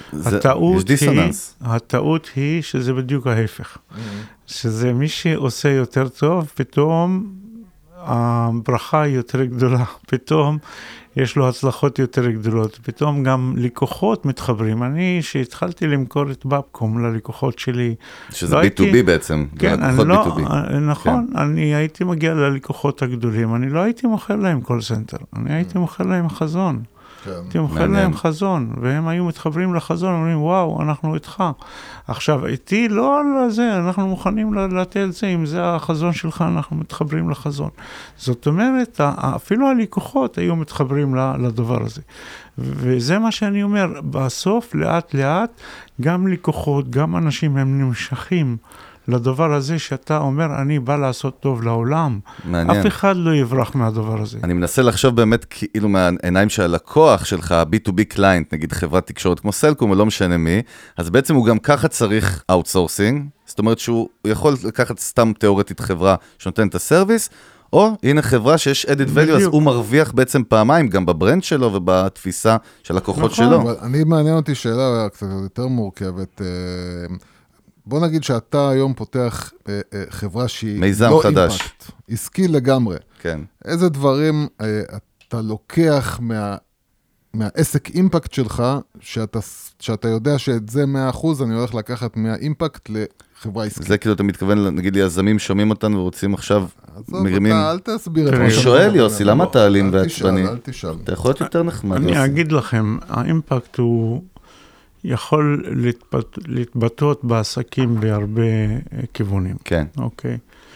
הטעות היא שזה בדיוק ההפך. שזה מי שעושה יותר טוב, פתאום הברכה היא יותר גדולה. פתאום יש לו הצלחות יותר גדולות. פתאום גם לקוחות מתחברים. אני, שהתחלתי למכור את בבקום ללקוחות שלי... שזה בי טו בי בעצם. כן, אני לא... נכון, אני הייתי מגיע ללקוחות הגדולים. אני לא הייתי מוכר להם קול סנטר. אני הייתי מוכר להם חזון. הייתי מוכר להם חזון, והם היו מתחברים לחזון, אומרים, וואו, אנחנו איתך. עכשיו, איתי לא על זה, אנחנו מוכנים לתת את זה, אם זה החזון שלך, אנחנו מתחברים לחזון. זאת אומרת, אפילו הלקוחות היו מתחברים לדבר הזה. וזה מה שאני אומר, בסוף, לאט לאט, גם לקוחות, גם אנשים, הם נמשכים לדבר הזה שאתה אומר, אני בא לעשות טוב לעולם. מעניין. אף אחד לא יברח מהדבר הזה. אני מנסה לחשוב באמת כאילו מהעיניים של הלקוח שלך, בי טו בי קליינט, נגיד חברת תקשורת כמו סלקום, או לא משנה מי, אז בעצם הוא גם ככה צריך אאוטסורסינג, זאת אומרת שהוא יכול לקחת סתם תיאורטית חברה שנותנת את הסרוויס, או הנה חברה שיש added value, אז הוא מרוויח בעצם פעמיים, גם בברנד שלו ובתפיסה של לקוחות שלו. אני מעניין אותי שאלה קצת יותר מורכבת, בוא נגיד שאתה היום פותח אה, אה, חברה שהיא מיזם לא חדש. אימפקט, עסקי לגמרי. כן. איזה דברים אה, אתה לוקח מה, מהעסק אימפקט שלך, שאתה, שאתה יודע שאת זה מאה אחוז אני הולך לקחת מהאימפקט לחברה עסקית. זה כאילו אתה מתכוון, נגיד לי, יזמים שומעים אותנו ורוצים עכשיו מרימים... אתה, אל תסביר את מה אני שואל, יוסי, למה אתה אלים ועצבני? אל תשאל. אתה יכול להיות יותר נחמד, יוסי. אני אגיד לכם, האימפקט הוא... יכול להתבטא, להתבטאות בעסקים בהרבה כיוונים. כן. אוקיי.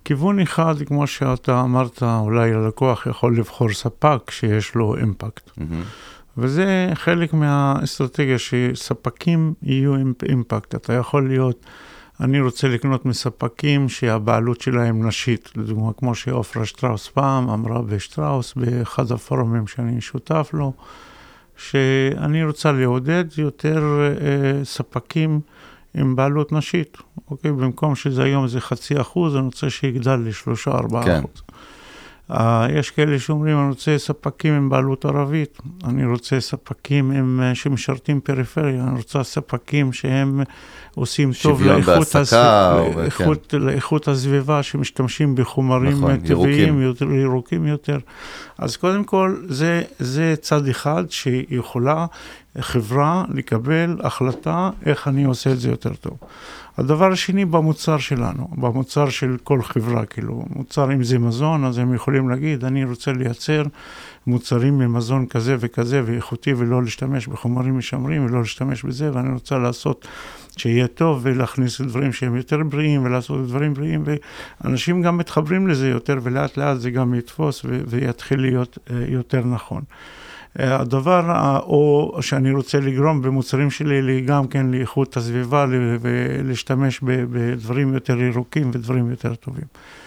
כיוון אחד, כמו שאתה אמרת, אולי הלקוח יכול לבחור ספק שיש לו אימפקט. Mm-hmm. וזה חלק מהאסטרטגיה שספקים יהיו אימפקט. אתה יכול להיות, אני רוצה לקנות מספקים שהבעלות שלהם נשית. לדוגמה, כמו שעופרה שטראוס פעם אמרה בשטראוס, באחד הפורומים שאני שותף לו, שאני רוצה לעודד יותר אה, ספקים עם בעלות נשית. אוקיי? במקום שזה היום זה חצי אחוז, אני רוצה שיגדל לשלושה, ארבעה כן. אחוז. Uh, יש כאלה שאומרים, אני רוצה ספקים עם בעלות ערבית, אני רוצה ספקים עם, uh, שמשרתים פריפריה, אני רוצה ספקים שהם עושים טוב לאיכות, הס... לאיכות, כן. לאיכות הסביבה, שמשתמשים בחומרים נכון, טבעיים, יותר, ירוקים יותר. אז קודם כל, זה, זה צד אחד שיכולה חברה לקבל החלטה איך אני עושה את זה יותר טוב. הדבר השני במוצר שלנו, במוצר של כל חברה, כאילו, מוצר אם זה מזון, אז הם יכולים להגיד, אני רוצה לייצר מוצרים ממזון כזה וכזה ואיכותי, ולא להשתמש בחומרים משמרים, ולא להשתמש בזה, ואני רוצה לעשות שיהיה טוב, ולהכניס דברים שהם יותר בריאים, ולעשות דברים בריאים, ואנשים גם מתחברים לזה יותר, ולאט לאט זה גם יתפוס, ו- ויתחיל להיות uh, יותר נכון. הדבר, או שאני רוצה לגרום במוצרים שלי גם כן לאיכות הסביבה ולהשתמש בדברים יותר ירוקים ודברים יותר טובים.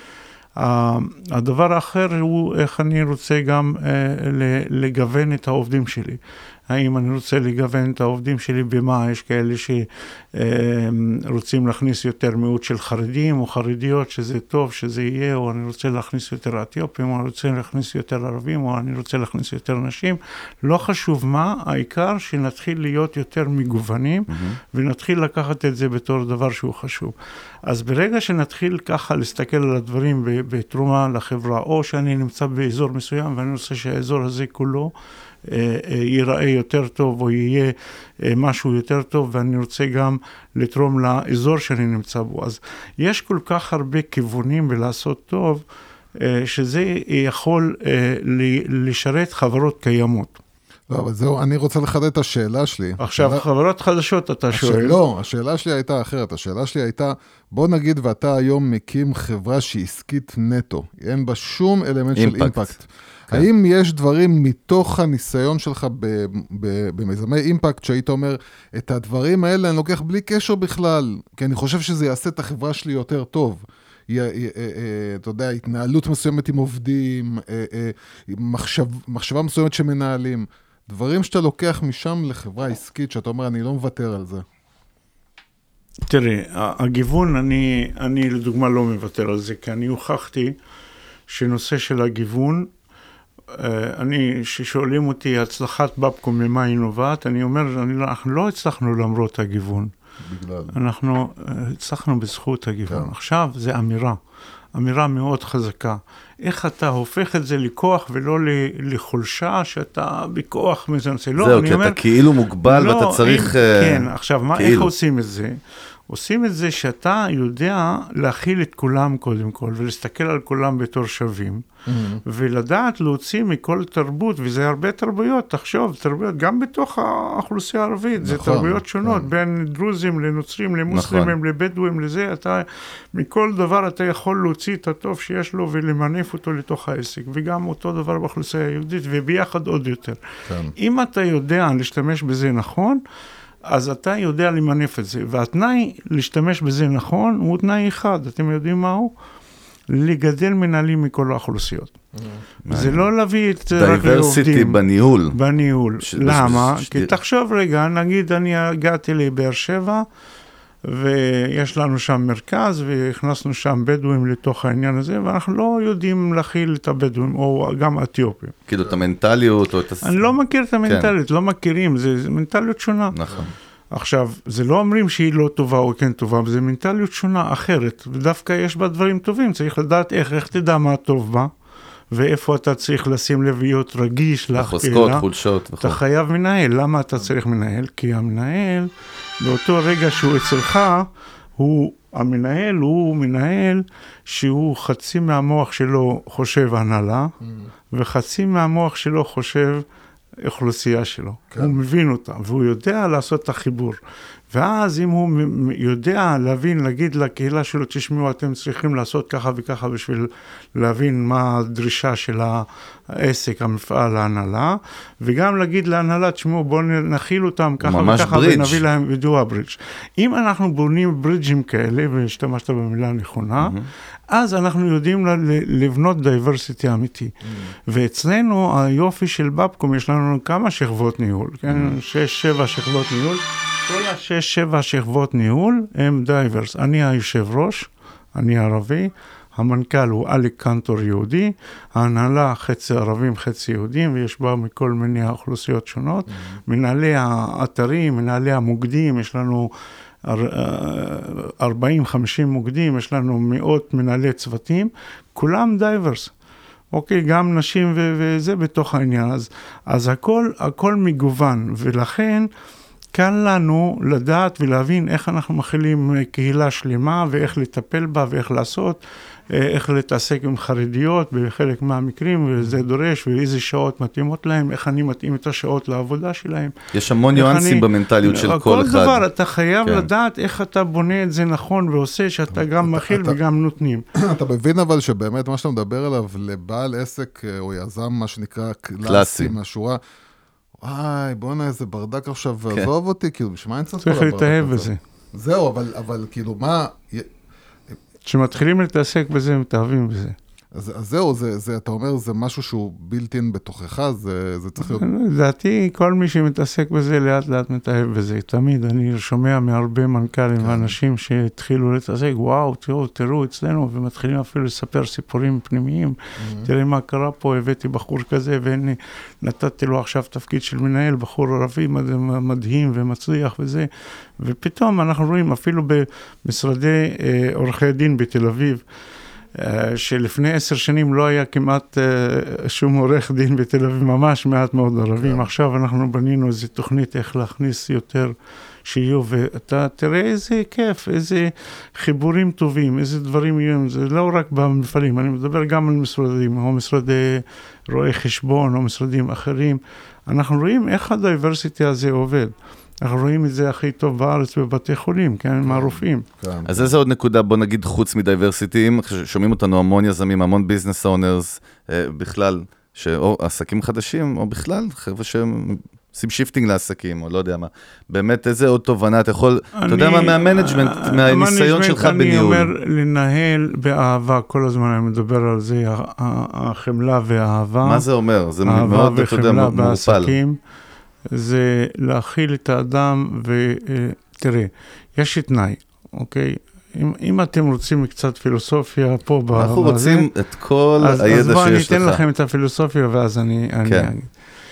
הדבר האחר הוא איך אני רוצה גם לגוון את העובדים שלי. האם אני רוצה לגוון את העובדים שלי במה? יש כאלה שרוצים להכניס יותר מיעוט של חרדים או חרדיות, שזה טוב, שזה יהיה, או אני רוצה להכניס יותר אתיופים, או אני רוצה להכניס יותר ערבים, או אני רוצה להכניס יותר נשים. לא חשוב מה, העיקר שנתחיל להיות יותר מגוונים, mm-hmm. ונתחיל לקחת את זה בתור דבר שהוא חשוב. אז ברגע שנתחיל ככה להסתכל על הדברים בתרומה לחברה, או שאני נמצא באזור מסוים, ואני רוצה שהאזור הזה כולו, ייראה יותר טוב או יהיה משהו יותר טוב, ואני רוצה גם לתרום לאזור שאני נמצא בו. אז יש כל כך הרבה כיוונים בלעשות טוב, שזה יכול לשרת חברות קיימות. לא, אבל זהו, אני רוצה לחדד את השאלה שלי. עכשיו, השאלה... חברות חדשות אתה שואל. לא, השאלה שלי הייתה אחרת. השאלה שלי הייתה, בוא נגיד ואתה היום מקים חברה שהיא עסקית נטו. אין בה שום אלמנט אימפקט. של אימפקט. כן. האם יש דברים מתוך הניסיון שלך במיזמי אימפקט, שהיית אומר, את הדברים האלה אני לוקח בלי קשר בכלל, כי אני חושב שזה יעשה את החברה שלי יותר טוב. אתה יודע, התנהלות מסוימת עם עובדים, מחשב, מחשבה מסוימת שמנהלים, דברים שאתה לוקח משם לחברה עסקית, שאתה אומר, אני לא מוותר על זה. תראי, הגיוון, אני, אני לדוגמה לא מוותר על זה, כי אני הוכחתי שנושא של הגיוון, אני, ששואלים אותי, הצלחת בבקום ממה היא נובעת, אני אומר, אני, אנחנו לא הצלחנו למרות הגיוון. בגלל. אנחנו הצלחנו בזכות הגיוון. כן. עכשיו זה אמירה, אמירה מאוד חזקה. איך אתה הופך את זה לכוח ולא לחולשה שאתה בכוח מזנצה. לא, זהו, כי אומר, אתה כאילו מוגבל לא, ואתה צריך... אין, כן, עכשיו, מה, כאילו. איך עושים את זה? עושים את זה שאתה יודע להכיל את כולם קודם כל, ולהסתכל על כולם בתור שווים, mm-hmm. ולדעת להוציא מכל תרבות, וזה הרבה תרבויות, תחשוב, תרבויות, גם בתוך האוכלוסייה הערבית, נכון, זה תרבויות שונות, נכון. בין דרוזים לנוצרים, למוסלמים, נכון. לבדואים, לזה, אתה, מכל דבר אתה יכול להוציא את הטוב שיש לו, ולמנף אותו לתוך העסק, וגם אותו דבר באוכלוסייה היהודית, וביחד עוד יותר. כן. אם אתה יודע להשתמש בזה נכון, אז אתה יודע למנף את זה, והתנאי להשתמש בזה נכון, הוא תנאי אחד, אתם יודעים מהו? לגדל מנהלים מכל האוכלוסיות. זה לא להביא את זה רק לעובדים. דייברסיטי בניהול. בניהול. למה? כי תחשוב רגע, נגיד אני הגעתי לבאר שבע, ויש לנו שם מרכז, והכנסנו שם בדואים לתוך העניין הזה, ואנחנו לא יודעים להכיל את הבדואים, או גם אתיופים. כאילו את המנטליות, או את... אני לא מכיר את המנטליות, לא מכירים, זה מנטליות שונה. נכון. עכשיו, זה לא אומרים שהיא לא טובה או כן טובה, זה מנטליות שונה, אחרת, ודווקא יש בה דברים טובים, צריך לדעת איך, איך תדע מה טוב בה, ואיפה אתה צריך לשים לב להיות רגיש לקהילה. חוזקות, חולשות. אתה חייב מנהל. למה אתה צריך מנהל? כי המנהל, באותו רגע שהוא אצלך, הוא, המנהל הוא מנהל שהוא חצי מהמוח שלו חושב הנהלה, mm. וחצי מהמוח שלו חושב אוכלוסייה שלו. כן. הוא מבין אותה, והוא יודע לעשות את החיבור. ואז אם הוא יודע להבין, להגיד לקהילה שלו, תשמעו, אתם צריכים לעשות ככה וככה בשביל להבין מה הדרישה של העסק, המפעל, ההנהלה, וגם להגיד להנהלה, תשמעו, בואו נכיל אותם ככה וככה, ברידג'. ונביא להם וידוע ברידג'. אם אנחנו בונים ברידג'ים כאלה, והשתמשת במילה נכונה, mm-hmm. אז אנחנו יודעים לבנות דייברסיטי אמיתי. Mm-hmm. ואצלנו, היופי של בבקום, יש לנו כמה שכבות ניהול, כן? Mm-hmm. שש, שבע שכבות ניהול. כל השש, שבע שכבות ניהול הם דייברס. אני היושב ראש, אני ערבי, המנכ"ל הוא אליק קנטור יהודי, ההנהלה חצי ערבים, חצי יהודים, ויש בה מכל מיני אוכלוסיות שונות. Mm-hmm. מנהלי האתרים, מנהלי המוקדים, יש לנו ארבעים חמישים מוקדים, יש לנו מאות מנהלי צוותים, כולם דייברס. אוקיי, גם נשים ו- וזה בתוך העניין. אז, אז הכל, הכל מגוון, ולכן קל לנו לדעת ולהבין איך אנחנו מכילים קהילה שלמה, ואיך לטפל בה, ואיך לעשות, איך להתעסק עם חרדיות בחלק מהמקרים, וזה דורש, ואיזה שעות מתאימות להם, איך אני מתאים את השעות לעבודה שלהם. יש המון ניואנסים אני, במנטליות של כל, כל אחד. כל דבר, אתה חייב כן. לדעת איך אתה בונה את זה נכון, ועושה שאתה גם מכיל אתה, וגם נותנים. אתה מבין אבל שבאמת מה שאתה מדבר עליו, לבעל עסק או יזם, מה שנקרא קלאסי, מהשורה, וואי, בוא נה איזה ברדק עכשיו, עזוב אותי, כאילו, בשמה אין צריך כל הברדק הזה. צריך להתאהב בזה. זהו, אבל, אבל כאילו, מה... כשמתחילים להתעסק בזה, מתאהבים בזה. אז, אז זהו, זה, זה, אתה אומר, זה משהו שהוא בילטין בתוכך, זה, זה צריך להיות... לדעתי, כל מי שמתעסק בזה, לאט לאט מתאהב בזה. תמיד, אני שומע מהרבה מנכ"לים ואנשים שהתחילו להתעסק, וואו, תראו, תראו אצלנו, ומתחילים אפילו לספר סיפורים פנימיים. תראה מה קרה פה, הבאתי בחור כזה, ונתתי לו עכשיו תפקיד של מנהל, בחור ערבי מדהים ומצליח וזה. ופתאום אנחנו רואים, אפילו במשרדי עורכי דין בתל אביב, שלפני עשר שנים לא היה כמעט שום עורך דין בתל אביב, ממש מעט מאוד ערבים. עכשיו אנחנו בנינו איזו תוכנית איך להכניס יותר שיהיו, ואתה תראה איזה כיף, איזה חיבורים טובים, איזה דברים יהיו, זה לא רק במפעלים, אני מדבר גם על משרדים, או משרדי רואי חשבון, או משרדים אחרים. אנחנו רואים איך הדייברסיטי הזה עובד. אנחנו רואים את זה הכי טוב בארץ בבתי חולים, כן, מהרופאים. אז איזה עוד נקודה, בוא נגיד, חוץ מדייברסיטים, שומעים אותנו המון יזמים, המון ביזנס אונרס, בכלל, או עסקים חדשים, או בכלל, חבר'ה שהם עושים שיפטינג לעסקים, או לא יודע מה. באמת, איזה עוד תובנה, אתה יכול, אתה יודע מה, מהמנג'מנט, מהניסיון שלך בניהול. אני אומר, לנהל באהבה, כל הזמן אני מדבר על זה, החמלה והאהבה. מה זה אומר? זה מאוד, אתה יודע, מעורפל. זה להכיל את האדם, ותראה, יש תנאי, אוקיי? אם, אם אתם רוצים קצת פילוסופיה פה, אנחנו בזה, רוצים את כל אז, הידע אז שיש לך. אז בוא אני אתן לכם את הפילוסופיה, ואז אני, כן. אני אגיד.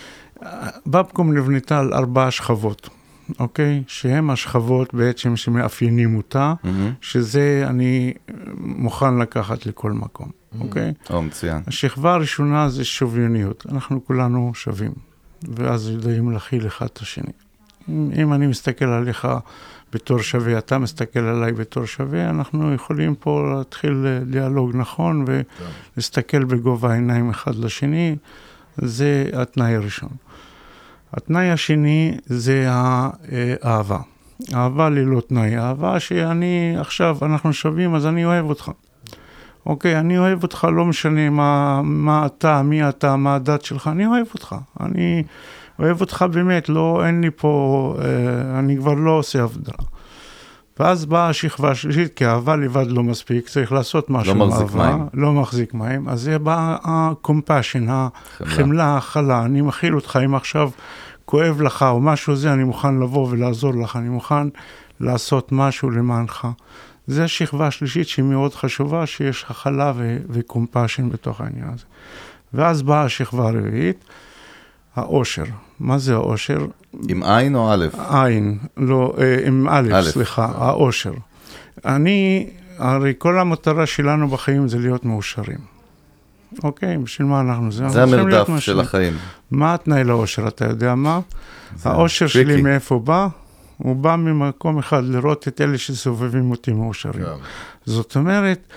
בבקום נבנתה על ארבע שכבות, אוקיי? שהם השכבות בעצם שמאפיינים אותה, mm-hmm. שזה אני מוכן לקחת לכל מקום, mm-hmm. אוקיי? או, מצוין. השכבה הראשונה זה שוויוניות, אנחנו כולנו שווים. ואז יודעים להכיל אחד את השני. אם אני מסתכל עליך בתור שווה, אתה מסתכל עליי בתור שווה, אנחנו יכולים פה להתחיל דיאלוג נכון, ולהסתכל בגובה העיניים אחד לשני, זה התנאי הראשון. התנאי השני זה האהבה. אהבה ללא תנאי, אהבה שאני עכשיו, אנחנו שווים, אז אני אוהב אותך. אוקיי, אני אוהב אותך, לא משנה מה, מה אתה, מי אתה, מה הדת שלך, אני אוהב אותך. אני אוהב אותך באמת, לא, אין לי פה, אה, אני כבר לא עושה הבדלה. ואז באה השכבה השלישית, כי אהבה לבד לא מספיק, צריך לעשות משהו. לא מחזיק אהבה, מים. לא מחזיק מים, אז זה באה ה-compassion, החמלה, ההכלה, אני מכיל אותך, אם עכשיו כואב לך או משהו זה, אני מוכן לבוא ולעזור לך, אני מוכן לעשות משהו למענך. זה השכבה השלישית שהיא מאוד חשובה, שיש הכלה וקומפשן בתוך העניין הזה. ואז באה השכבה הרביעית, האושר. מה זה האושר? עם עין או א'? עין, לא, עם א', א'. סליחה, האושר. אני, הרי כל המטרה שלנו בחיים זה להיות מאושרים. אוקיי, בשביל מה אנחנו? זה, זה המרדף של החיים. מה התנאי לאושר? אתה יודע מה? האושר שלי מאיפה בא? הוא בא ממקום אחד לראות את אלה שסובבים אותי מאושרים. זאת אומרת,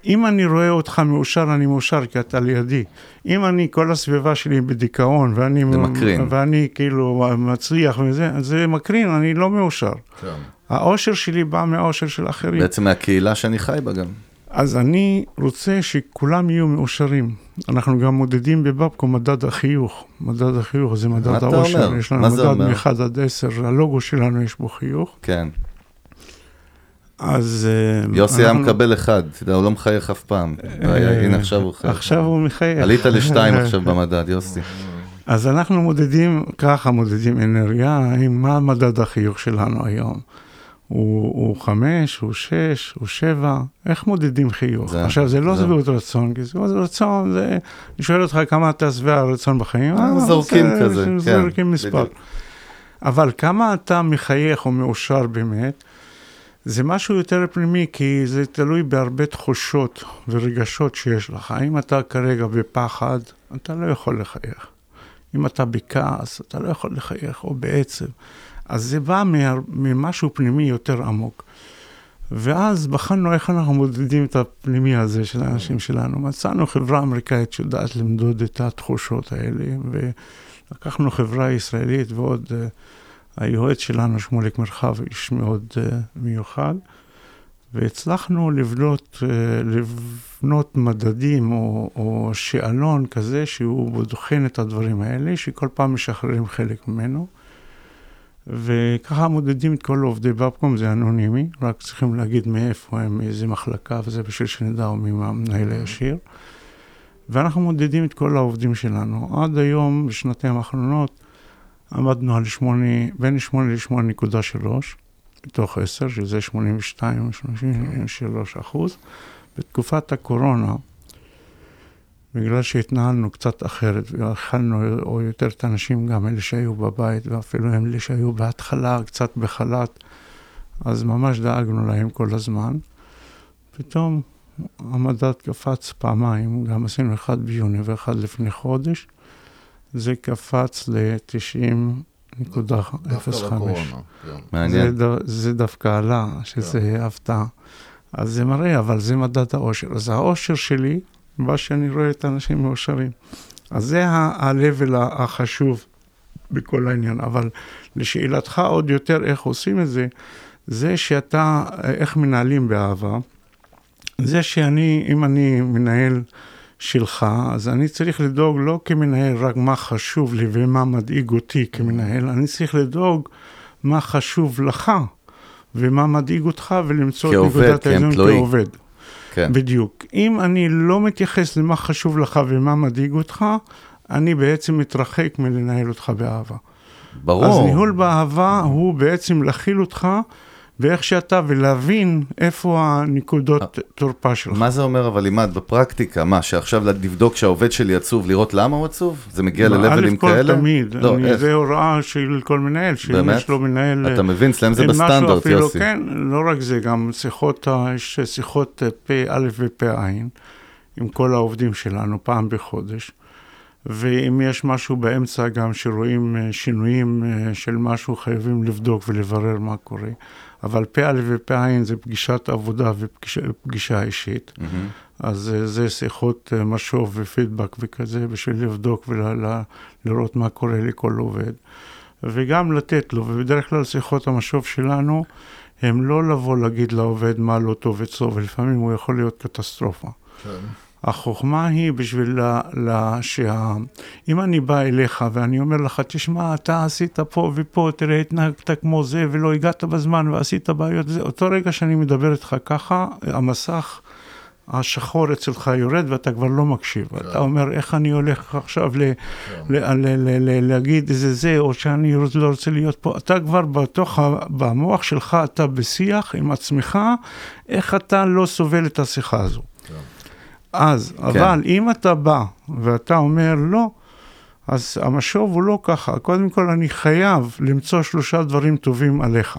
אם אני רואה אותך מאושר, אני מאושר, כי אתה לידי. אם אני, כל הסביבה שלי בדיכאון, ואני, ואני כאילו מצליח וזה, זה מקרין, אני לא מאושר. כן. האושר שלי בא מהאושר של אחרים. בעצם מהקהילה שאני חי בה גם. אז אני רוצה שכולם יהיו מאושרים. אנחנו גם מודדים בבבקום מדד החיוך. מדד החיוך זה מדד האושר. יש לנו מדד מ-אחד עד עשר, הלוגו שלנו יש בו חיוך. כן. אז... יוסי היה מקבל אחד, הוא לא מחייך אף פעם. הנה עכשיו הוא חייך. עכשיו הוא מחייך. עלית לשתיים עכשיו במדד, יוסי. אז אנחנו מודדים, ככה מודדים אנרגיה, מה מדד החיוך שלנו היום? הוא חמש, הוא שש, הוא שבע, איך מודדים חיוך? עכשיו, זה לא שביעות רצון, כי שביעות רצון, זה, אני שואל אותך כמה אתה שבע הרצון בחיים? זורקים כזה, כן. זורקים מספר. אבל כמה אתה מחייך או מאושר באמת, זה משהו יותר פנימי, כי זה תלוי בהרבה תחושות ורגשות שיש לך. אם אתה כרגע בפחד, אתה לא יכול לחייך. אם אתה בכעס, אתה לא יכול לחייך, או בעצם. אז זה בא ממשהו פנימי יותר עמוק. ואז בחנו איך אנחנו מודדים את הפנימי הזה של האנשים שלנו. מצאנו חברה אמריקאית שיודעת למדוד את התחושות האלה, ולקחנו חברה ישראלית ועוד היועץ שלנו, שמוליק מרחב, איש מאוד מיוחד, והצלחנו לבנות, לבנות מדדים או, או שאלון כזה שהוא בודחן את הדברים האלה, שכל פעם משחררים חלק ממנו. וככה מודדים את כל עובדי בבקום, זה אנונימי, רק צריכים להגיד מאיפה הם, מאיזה מחלקה, וזה בשביל שנדע או מי המנהל הישיר. ואנחנו מודדים את כל העובדים שלנו. עד היום, בשנתיים האחרונות, עמדנו על שמונה, בין שמונה לשמונה נקודה שלוש, מתוך עשר, שזה שמונים ושתיים ושלושים ושלוש אחוז. בתקופת הקורונה, בגלל שהתנהלנו קצת אחרת, ואכלנו או יותר את האנשים, גם אלה שהיו בבית, ואפילו הם אלה שהיו בהתחלה, קצת בחל"ת, אז ממש דאגנו להם כל הזמן. פתאום המדד קפץ פעמיים, גם עשינו אחד ביוני ואחד לפני חודש, זה קפץ ל-תשעים נקודה אפס חמש. מעניין. זה, זה דווקא עלה, שזה הפתעה. אז זה מראה, אבל זה מדד האושר. אז האושר שלי, מה שאני רואה את האנשים מאושרים. אז זה ה-level החשוב בכל העניין. אבל לשאלתך עוד יותר איך עושים את זה, זה שאתה, איך מנהלים באהבה, זה שאני, אם אני מנהל שלך, אז אני צריך לדאוג לא כמנהל רק מה חשוב לי ומה מדאיג אותי כמנהל, אני צריך לדאוג מה חשוב לך ומה מדאיג אותך ולמצוא את נקודת האיזון כעובד. כן. בדיוק. אם אני לא מתייחס למה חשוב לך ומה מדאיג אותך, אני בעצם מתרחק מלנהל אותך באהבה. ברור. אז ניהול באהבה הוא בעצם להכיל אותך ואיך שאתה, ולהבין איפה הנקודות תורפה שלך. מה זה אומר אבל לימד בפרקטיקה? מה, שעכשיו לבדוק שהעובד שלי עצוב, לראות למה הוא עצוב? זה מגיע ללבלים כאלה? א' כל תמיד. לא, אני, זה הוראה של כל מנהל, שאם יש לו מנהל... אתה מבין, סלם זה בסטנדרט, אפילו, יוסי. כן, לא רק זה, גם שיחות, יש שיחות פ' א' ופ' ע', עם כל העובדים שלנו, פעם בחודש. ואם יש משהו באמצע גם שרואים שינויים של משהו, חייבים לבדוק ולברר מה קורה. אבל פ' ופ' ע' זה פגישת עבודה ופגישה אישית. Mm-hmm. אז זה שיחות משוב ופידבק וכזה, בשביל לבדוק ולראות מה קורה לכל עובד. וגם לתת לו, ובדרך כלל שיחות המשוב שלנו, הם לא לבוא להגיד לעובד מה לא טוב אצלו, ולפעמים הוא יכול להיות קטסטרופה. כן. החוכמה היא בשביל לה, לה, שה... אם אני בא אליך ואני אומר לך, תשמע, אתה עשית פה ופה, תראה, התנהגת כמו זה ולא הגעת בזמן ועשית בעיות, זה אותו רגע שאני מדבר איתך ככה, המסך השחור אצלך יורד ואתה כבר לא מקשיב. כן. אתה אומר, איך אני הולך עכשיו ל... כן. ל... ל... ל... ל... להגיד איזה זה, או שאני לא רוצה להיות פה. אתה כבר בתוך, במוח שלך, אתה בשיח עם עצמך, איך אתה לא סובל את השיחה הזו. כן. אז, כן. אבל אם אתה בא ואתה אומר לא, אז המשוב הוא לא ככה. קודם כל אני חייב למצוא שלושה דברים טובים עליך.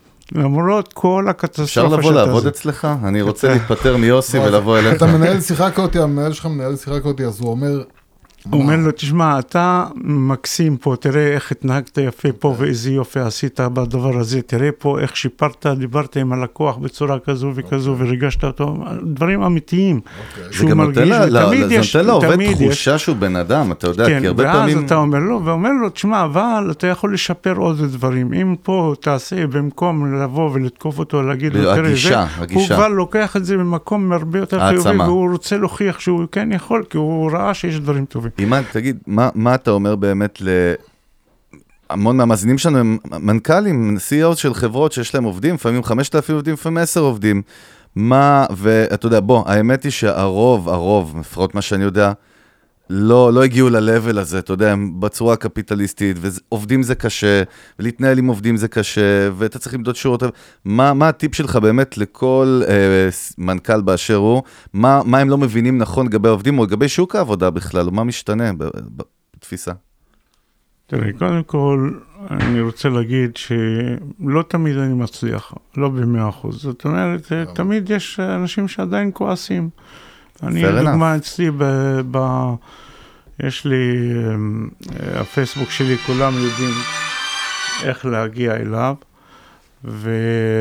למרות כל הקטסטרופה שאתה זה. אפשר לבוא לעבוד אצלך? אני רוצה להתפטר מיוסי ולבוא אליך. אתה מנהל שיחה כאותי, המנהל שלך מנהל שיחה כאותי, אז הוא אומר, הוא אומר לו, תשמע, אתה מקסים פה, תראה איך התנהגת יפה פה ואיזה יופי עשית בדבר הזה, תראה פה איך שיפרת, דיברת עם הלקוח בצורה כזו וכזו ורגשת אותו, דברים אמיתיים שהוא מרגיש, ותמיד יש, זה נותן לו עובד תחושה שהוא בן אדם, אתה יודע, כן, כי הרבה ואז פעמים... אתה אומר לו, ואומר לו, תשמע, אבל אתה יכול לשפר עוד דברים, אם פה תעשה במקום לבוא ולתקוף אותו, להגיד לו, תראה, הגישה, הגישה. הוא כבר לוקח את זה במקום הרבה יותר חיובי, והוא רוצה להוכיח שהוא כן יכול, כי הוא ראה שיש דברים טובים. אימן, תגיד, מה, מה אתה אומר באמת להמון מהמאזינים שלנו הם מנכ"לים, סי אי או של חברות שיש להם עובדים, לפעמים חמשת אלפים עובדים, לפעמים עשר עובדים. מה, ואתה יודע, בוא, האמת היא שהרוב, הרוב, לפחות מה שאני יודע, לא, לא הגיעו ל-level הזה, אתה יודע, הם בצורה קפיטליסטית, ועובדים זה קשה, ולהתנהל עם עובדים זה קשה, ואתה צריך למדוד שורות. מה, מה הטיפ שלך באמת לכל אה, מנכ"ל באשר הוא? מה, מה הם לא מבינים נכון לגבי העובדים, או לגבי שוק העבודה בכלל, או מה משתנה בתפיסה? תראי, קודם כל, אני רוצה להגיד שלא תמיד אני מצליח, לא במאה אחוז. זאת אומרת, תמיד יש אנשים שעדיין כועסים. אני, לדוגמה, אצלי, ב, ב, יש לי, הפייסבוק שלי, כולם יודעים איך להגיע אליו, ו,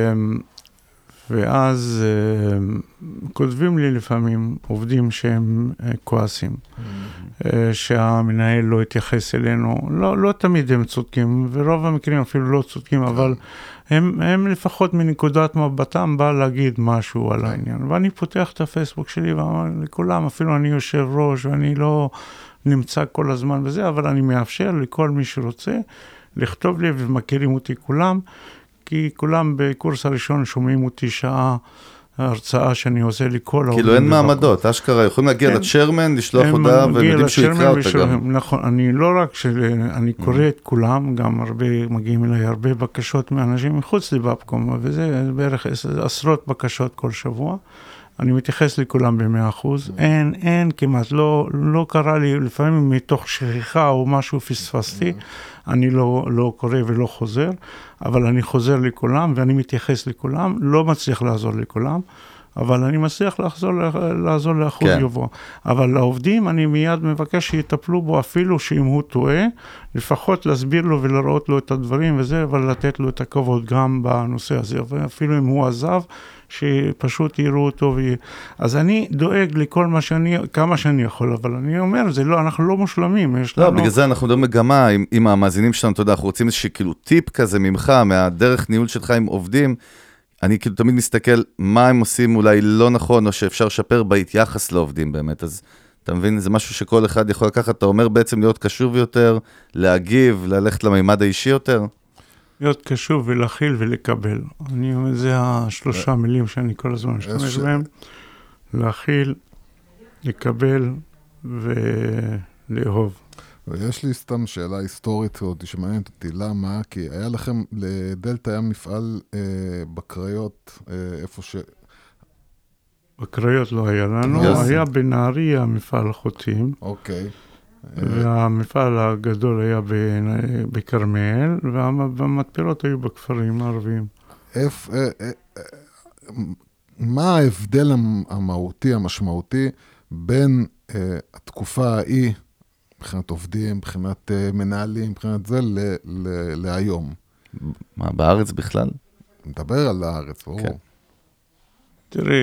ואז כותבים לי לפעמים עובדים שהם כועסים, שהמנהל לא התייחס אלינו, לא, לא תמיד הם צודקים, ורוב המקרים אפילו לא צודקים, אבל הם, הם לפחות מנקודת מבטם בא להגיד משהו על העניין. ואני פותח את הפייסבוק שלי ואומר לכולם, אפילו אני יושב ראש ואני לא נמצא כל הזמן בזה, אבל אני מאפשר לכל מי שרוצה לכתוב לי ומכירים אותי כולם, כי כולם בקורס הראשון שומעים אותי שעה הרצאה שאני עושה לכל העובדים. כאילו אין מעמדות, אשכרה, יכולים להגיע לצ'רמן, לשלוח הודעה, והם יודעים שהוא יקרא אותה גם. נכון, אני לא רק שאני קורא את כולם, גם הרבה, מגיעים אליי הרבה בקשות מאנשים מחוץ לבאבקום, וזה בערך עשרות בקשות כל שבוע. אני מתייחס לכולם במאה אחוז. אין, אין כמעט, לא, לא קרה לי, לפעמים מתוך שכחה או משהו פספסתי, אני לא, לא קורא ולא חוזר, אבל אני חוזר לכולם ואני מתייחס לכולם, לא מצליח לעזור לכולם, אבל אני מצליח לעזור, לעזור לאחוז כן. יבוא. אבל לעובדים אני מיד מבקש שיטפלו בו, אפילו שאם הוא טועה, לפחות להסביר לו ולראות לו את הדברים וזה, אבל לתת לו את הכבוד גם בנושא הזה. ואפילו אם הוא עזב, שפשוט יראו אותו. ו... אז אני דואג לכל מה שאני, כמה שאני יכול, אבל אני אומר, זה לא, אנחנו לא מושלמים. יש לא, לנו... בגלל זה אנחנו מדברים מגמה עם, עם המאזינים שלנו, אתה יודע, אנחנו רוצים איזשהו כאילו טיפ כזה ממך, מהדרך ניהול שלך עם עובדים, אני כאילו תמיד מסתכל מה הם עושים אולי לא נכון, או שאפשר לשפר ביחס לעובדים באמת, אז אתה מבין, זה משהו שכל אחד יכול לקחת, אתה אומר בעצם להיות קשוב יותר, להגיב, ללכת למימד האישי יותר? להיות קשוב ולהכיל ולקבל. אני אומר, זה השלושה מילים שאני כל הזמן משתמש בהם, להכיל, לקבל ולאהוב. ויש לי סתם שאלה היסטורית שמעניינת אותי, למה? כי היה לכם, לדלתא היה מפעל אה, בקריות, אה, איפה ש... בקריות לא היה לנו, yes. היה בנהריה מפעל חוטים. אוקיי. Okay. והמפעל הגדול היה בכרמל, והמתפרות היו בכפרים הערביים. איפה, אה, אה, אה, מה ההבדל המהותי, המשמעותי, בין אה, התקופה ההיא, מבחינת עובדים, מבחינת uh, מנהלים, מבחינת זה, ל- ל- להיום. מה, בארץ בכלל? מדבר על הארץ, ברור. כן. תראי,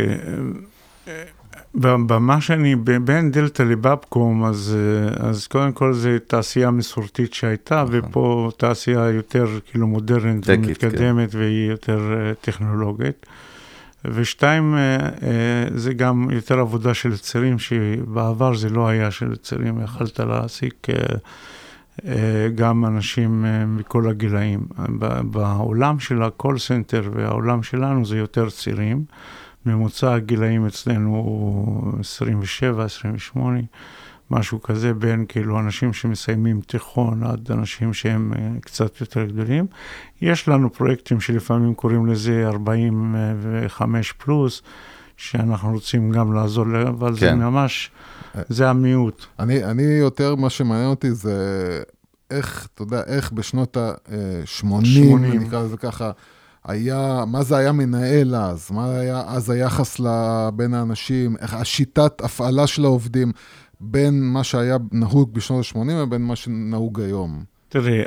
במה שאני, בין דלתא לבאבקום, אז, אז קודם כל זה תעשייה מסורתית שהייתה, נכון. ופה תעשייה יותר כאילו מודרנית ומתקדמת, כן. והיא יותר טכנולוגית. ושתיים, זה גם יותר עבודה של צעירים, שבעבר זה לא היה של צעירים, יכלת להעסיק גם אנשים מכל הגילאים. בעולם של הקול סנטר והעולם שלנו זה יותר צעירים, ממוצע הגילאים אצלנו הוא עשרים ושבע עשרים ושמונה, משהו כזה, בין כאילו אנשים שמסיימים תיכון עד אנשים שהם קצת יותר גדולים. יש לנו פרויקטים שלפעמים קוראים לזה ארבעים וחמש פלוס, שאנחנו רוצים גם לעזור, אבל כן. זה ממש, זה המיעוט. אני, אני יותר, מה שמעניין אותי זה איך, אתה יודע, איך בשנות ה-שמונים, נקרא לזה ככה, היה, מה זה היה מנהל אז? מה היה אז היחס בין האנשים? איך השיטת הפעלה של העובדים? בין מה שהיה נהוג בשנות ה-שמונים ובין מה שנהוג היום? תראה,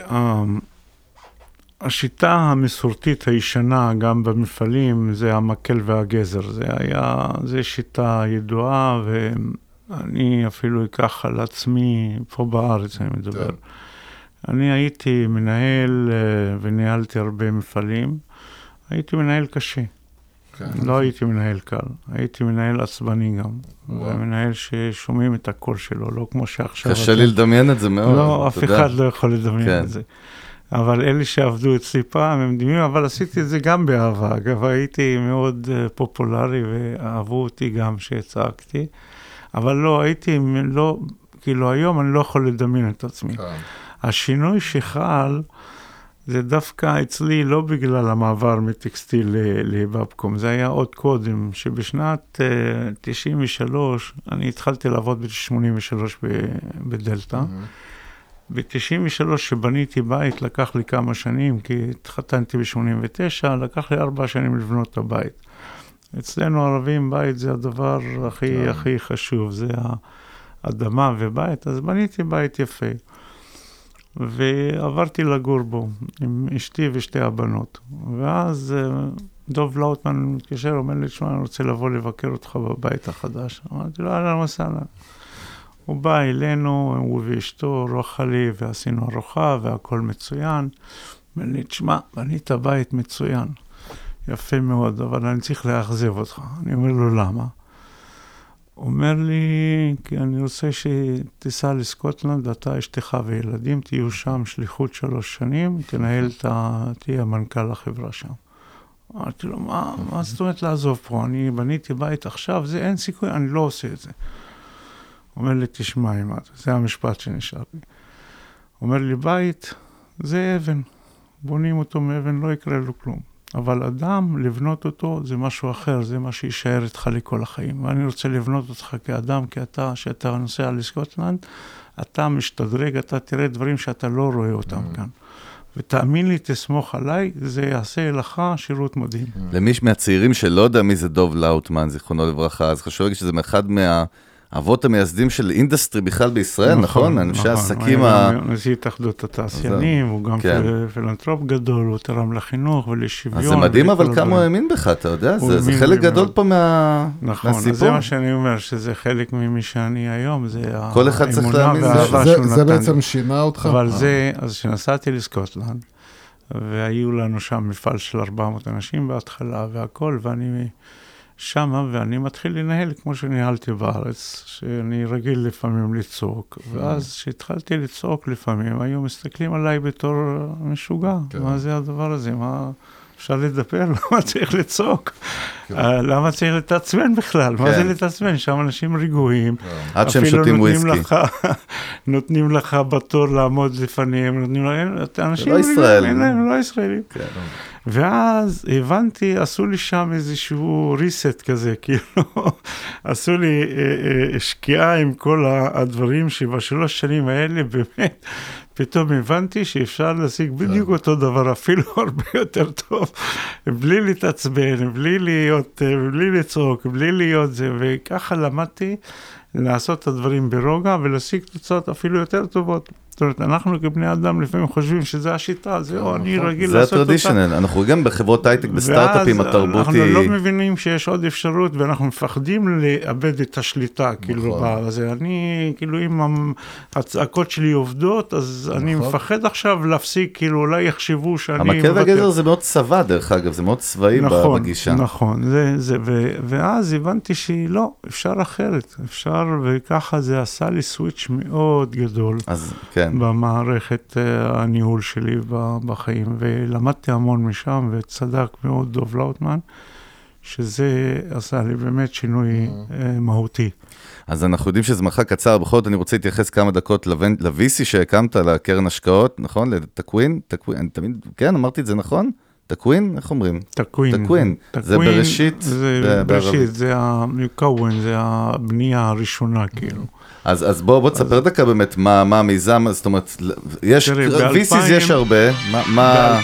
השיטה המסורתית הישנה גם במפעלים זה המקל והגזר. זה היה, זה שיטה ידועה, ואני אפילו אקח על עצמי, פה בארץ אני מדבר. אני הייתי מנהל וניהלתי הרבה מפעלים. הייתי מנהל קשה. לא הייתי מנהל קל. הייתי מנהל עצבני גם. ומנהל ששומעים את הקול שלו, לא כמו שעכשיו... קשה לי לדמיין את זה מאוד. לא, אף אחד לא יכול לדמיין את זה. אבל אלה שעבדו אצלי פעם, הם דמיון, אבל עשיתי את זה גם באהבה. אגב, הייתי מאוד פופולרי, ואהבו אותי גם שהצעקתי. אבל לא, הייתי, לא, כאילו היום אני לא יכול לדמיין את עצמי. השינוי שחל, זה דווקא אצלי לא בגלל המעבר מטקסטיל לבבקום, זה היה עוד קודם, שבשנת תשעים ושלוש, אני התחלתי לעבוד ב-שמונים ושלוש בדלטה, ב-תשעים ושלוש שבניתי בית לקח לי כמה שנים, כי התחתנתי ב-שמונים ותשע, לקח לי ארבע שנים לבנות את הבית. אצלנו ערבים בית זה הדבר הכי, הכי חשוב, זה האדמה ובית, אז בניתי בית יפה. ועברתי לגור בו עם אשתי ושתי הבנות. ואז דוב לאוטמן מתקשר, אומר לי, תשמע, אני רוצה לבוא לבקר אותך בבית החדש. אמרתי לו, אהלן וסהלן. הוא בא אלינו, הוא ואשתו, ארוחה לי, ועשינו ארוחה, והכל מצוין. אומר לי, תשמע, בנית בית מצוין. יפה מאוד, אבל אני צריך לאכזב אותך. אני אומר לו, למה? הוא אומר לי, כי אני רוצה שתיסע לסקוטלנד, אתה, אשתך וילדים, תהיו שם שליחות שלוש שנים, תנהל את ה... תהיה המנכ"ל החברה שם. אמרתי לו, מה, מה זאת אומרת לעזוב פה? אני בניתי בית עכשיו, זה אין סיכוי, אני לא עושה את זה. הוא אומר לי, תשמע, אימא, זה המשפט שנשאר לי. הוא אומר לי, בית, זה אבן. בונים אותו מאבן, לא יקרה לו כלום. אבל אדם, לבנות אותו, זה משהו אחר, זה מה שישאר איתך לכל החיים. ואני רוצה לבנות אותך כאדם, כי אתה, שאתה נוסע לסקוטלנד, אתה משתדרג, אתה תראה דברים שאתה לא רואה אותם כאן. ותאמין לי, תסמוך עליי, זה יעשה לך שירות מדהים. למי מהצעירים שלא יודע מי זה דוב לאוטמן, זיכרונו לברכה, אז חשוב להגיד שזה מאחד מה... אבות המייסדים של אינדסטרי בכלל בישראל, נכון? אנשי העסקים ה... נשיא התאחדות התעשיינים, הוא גם פילנטרופ גדול, הוא תרם לחינוך ולשוויון. אז זה מדהים, אבל כמה הוא האמין בך, אתה יודע? זה חלק גדול פה מהסיפור. נכון, אז זה מה שאני אומר, שזה חלק ממי שאני היום, זה כל אחד צריך להאמין. זה בעצם שינה אותך? אבל זה, אז שנסעתי לסקוטלנד, והיו לנו שם מפעל של ארבע מאות אנשים בהתחלה והכל, ואני... שמה, ואני מתחיל לנהל כמו שניהלתי בארץ, שאני רגיל לפעמים לצעוק, ואז שהתחלתי לצעוק לפעמים, היו מסתכלים עליי בתור משוגע. מה זה הדבר הזה? מה אפשר לדבר? למה צריך לצעוק? למה צריך לתעצבן בכלל? מה זה לתעצבן? שם אנשים רגועים. עד שהם שותים וויסקי. נותנים לך בתור לעמוד לפניהם, נותנים להם, אנשים לא ישראלים. לא ישראלים. ואז הבנתי, עשו לי שם איזשהו ריסט כזה, כאילו, עשו לי אה, אה, שקיעה עם כל הדברים שבשלוש שנים האלה, באמת, פתאום הבנתי שאפשר להשיג בדיוק אותו דבר, אפילו הרבה יותר טוב, בלי להתעצבן, בלי להיות, בלי לצעוק, בלי להיות זה, וככה למדתי לעשות את הדברים ברוגע, ולהשיג תוצאות אפילו יותר טובות. זאת אומרת, אנחנו כבני אדם לפעמים חושבים שזה השיטה, זהו, אני רגיל לעשות אותה. זה הטרדישנל, אנחנו גם בחברות הייטק, בסטארט-אפים, התרבות היא... אנחנו לא מבינים שיש עוד אפשרות, ואנחנו מפחדים לאבד את השליטה, כאילו, בזה. אני, כאילו, אם הצעקות שלי עובדות, אז אני מפחד עכשיו להפסיק, כאילו, אולי יחשבו שאני... המקל והגזר זה מאוד צבא, דרך אגב, זה מאוד צבאי בגישה. נכון, זה, ואז הבנתי שלא, אפשר אחרת, אפשר, וככה זה עשה לי סוויץ' מאוד גדול. אז, כן. במערכת הניהול שלי בחיים, ולמדתי המון משם, וצדק מאוד דוב לאוטמן, שזה עשה לי באמת שינוי מהותי. אז אנחנו יודעים שזה מרחק קצר, בכל זאת אני רוצה להתייחס כמה דקות ל-וי סי שהקמת, לקרן השקעות, נכון? לתקווין? אני תמיד, כן, אמרתי את זה נכון? תקווין? איך אומרים? תקווין. תקווין. זה בראשית? זה בראשית, זה המקווין, זה הבנייה הראשונה, כאילו. אז, אז בוא, בוא תספר דקה באמת מה, מה המיזם, זאת אומרת, יש, וי סי's יש הרבה, מה, מה...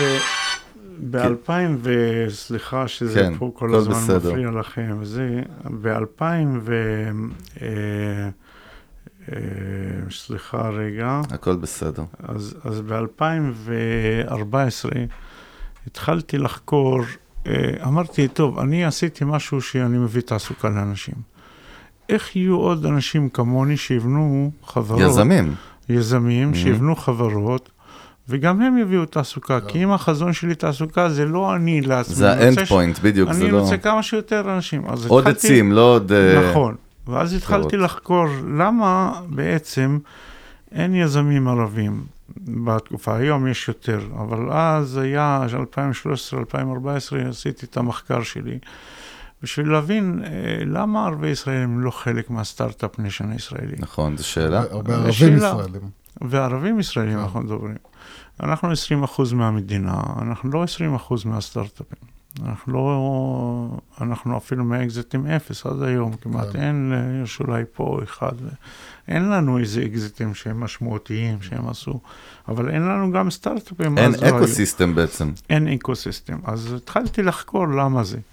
ב-אלפיים ו... סליחה שזה כן, פה כל כל הזמן בסדר. מפריע לכם, זה ב-אלפיים סליחה רגע. הכל בסדר. אז, אז ב-אלפיים וארבע עשרה התחלתי לחקור, אמרתי, טוב, אני עשיתי משהו שאני מביא תעסוקה לאנשים. איך יהיו עוד אנשים כמוני שיבנו חברות? יזמים. יזמים, mm-hmm. שיבנו חברות, וגם הם יביאו תעסוקה, yeah. כי אם החזון שלי תעסוקה, זה לא אני לעצמי. זה האנד פוינט, בדיוק, זה לא... אני רוצה כמה שיותר אנשים. עוד התחלתי... עצים, לא עוד... נכון. ואז התחלתי לחקור למה בעצם אין יזמים ערבים בתקופה. היום יש יותר, אבל אז היה אלפיים ושלוש עשרה אלפיים וארבע עשרה, עשיתי את המחקר שלי, בשביל להבין למה ערבי ישראל הם לא חלק מהסטארט-אפ ניישן הישראלי. נכון, זו שאלה. הרבה ערבים ישראלים. וערבים ישראלים אנחנו מדברים. אנחנו עשרים אחוז מהמדינה, אנחנו לא עשרים אחוז מהסטארט-אפים. אנחנו לא, אנחנו אפילו מהאקזיטים אפס עד היום, כמעט אין, יש אולי פה אחד, אין לנו איזה אקזיטים שהם משמעותיים שהם עשו, אבל אין לנו גם סטארט-אפים. אין אקוסיסטם בעצם. אין אקוסיסטם, אז התחלתי לחקור למה זה.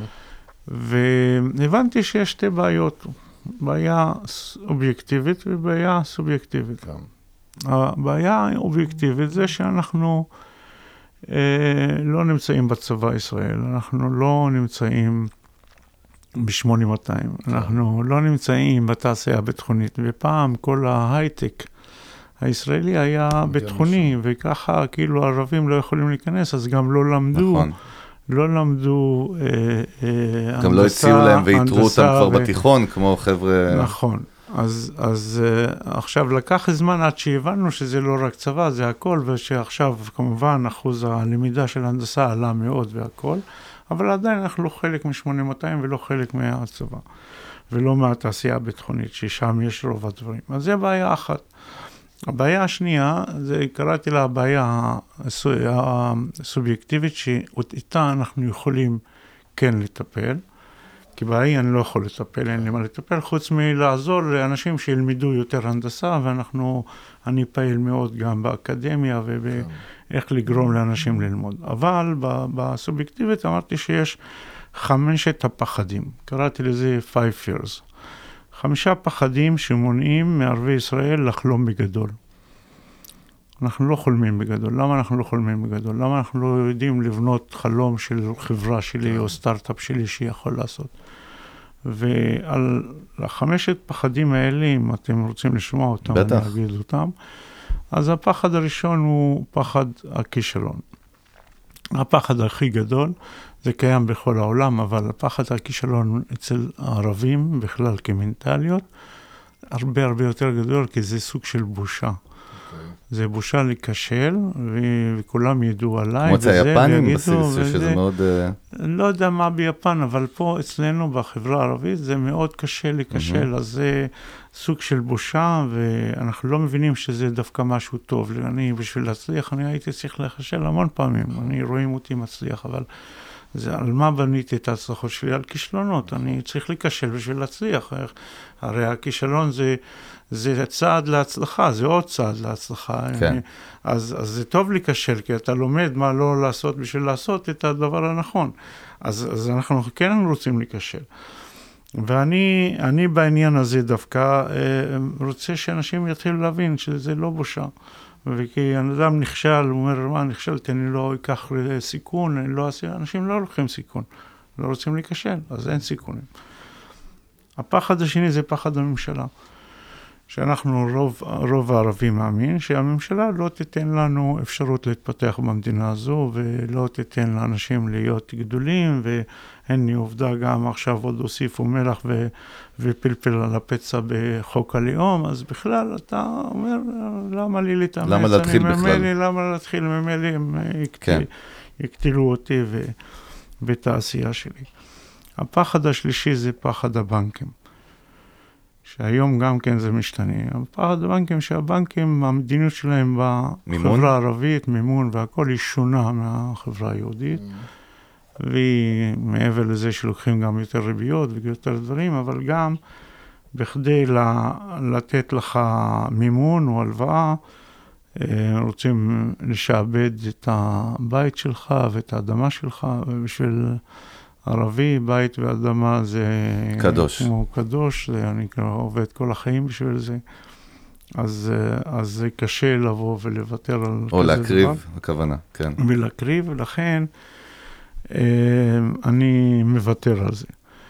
והבנתי שיש שתי בעיות, בעיה אובייקטיבית ובעיה סובייקטיבית. הבעיה האובייקטיבית זה שאנחנו לא נמצאים בצבא ישראל, אנחנו לא נמצאים ב-שמונה מאתיים, אנחנו לא נמצאים בתעשייה הביטחונית, ופעם כל ההייטק הישראלי היה ביטחוני, וככה כאילו הערבים לא יכולים להיכנס, אז גם לא למדו, לא למדו הנדסה. גם לא הציעו להם ויתרו אותם כבר בתיכון, כמו חבר'ה... נכון. אז, אז uh, עכשיו לקח זמן עד שהבנו שזה לא רק צבא, זה הכל, ושעכשיו כמובן אחוז הלמידה של הנדסה עלה מאוד והכל, אבל עדיין אנחנו לא חלק מ-שמונה מאתיים ולא חלק מהצבא, ולא מהתעשייה הביטחונית, ששם יש רוב הדברים. אז זה בעיה אחת. הבעיה השנייה, זה קראתי לה הבעיה הסובייקטיבית, שאיתה אנחנו יכולים כן לטפל, כי בעיה אני לא יכול לטפל, אין לי מה לטפל, חוץ מלעזור לאנשים שילמדו יותר הנדסה, ואנחנו, אני פעיל מאוד גם באקדמיה, ואיך לגרום לאנשים ללמוד. אבל בסובייקטיבית אמרתי שיש חמשת הפחדים, קראתי לזה five fears. חמישה פחדים שמונעים מערבי ישראל לחלום בגדול. אנחנו לא חולמים בגדול. למה אנחנו לא חולמים בגדול? למה אנחנו לא יודעים לבנות חלום של חברה שלי או סטארט-אפ שלי שיכול לעשות? ועל החמשת פחדים האלה, אם אתם רוצים לשמוע אותם, בטח. אני אגיד אותם, אז הפחד הראשון הוא פחד הכישלון. הפחד הכי גדול, זה קיים בכל העולם, אבל הפחד הכישלון אצל הערבים, בכלל כמנטליות, הרבה הרבה יותר גדול, כי זה סוג של בושה. זה בושה להיכשל, וכולם ידעו עליי. כמו זה היפנים בסיס, שזה מאוד... לא יודע מה ביפן, אבל פה אצלנו בחברה הערבית זה מאוד קשה להיכשל, אז זה סוג של בושה, ואנחנו לא מבינים שזה דווקא משהו טוב. אני, בשביל להצליח, אני הייתי צריך להיכשל המון פעמים. אני רואים אותי מצליח, אבל זה על מה בניתי את ההצלחות שלי? על כישלונות. אני צריך להיכשל בשביל להצליח. הרי הכישלון זה... זה צעד להצלחה, זה עוד צעד להצלחה. כן. אני, אז, אז זה טוב להיכשל, כי אתה לומד מה לא לעשות בשביל לעשות את הדבר הנכון. אז, אז אנחנו כן רוצים להיכשל. ואני אני בעניין הזה דווקא רוצה שאנשים יתחילו להבין שזה לא בושה. וכי אדם נכשל, הוא אומר, מה נכשלתי, אני לא אקח סיכון, אני לא אעשה, אנשים לא לוקחים סיכון, לא רוצים להיכשל, אז אין סיכונים. הפחד השני זה פחד הממשלה. שאנחנו רוב, רוב הערבים מאמין, שהממשלה לא תיתן לנו אפשרות להתפתח במדינה הזו, ולא תיתן לאנשים להיות גדולים, והן עובדה גם עכשיו עוד הוסיפו מלח ו, ופלפל על הפצע בחוק הלאום, אז בכלל אתה אומר, למה לי להתאמץ? למה להתחיל בכלל? ממלי, למה להתחיל ממלי? הם כן. יקטילו אותי ו, בתעשייה שלי. הפחד השלישי זה פחד הבנקים. שהיום גם כן זה משתנה. הפחד הבנקים שהבנקים, המדיניות שלהם בחברה הערבית, מימון והכל, היא שונה מהחברה היהודית. Mm. והיא מעבר לזה שלוקחים גם יותר ריביות ויותר דברים, אבל גם בכדי לתת לך מימון או הלוואה, רוצים לשעבד את הבית שלך ואת האדמה שלך, ובשביל... ערבי, בית ואדמה זה... קדוש. כמו קדוש, זה אני עובד כל החיים בשביל זה. אז, אז זה קשה לבוא ולוותר על כזה דבר. או להקריב, הכוונה, כן. ולהקריב, ולכן אני מוותר על זה.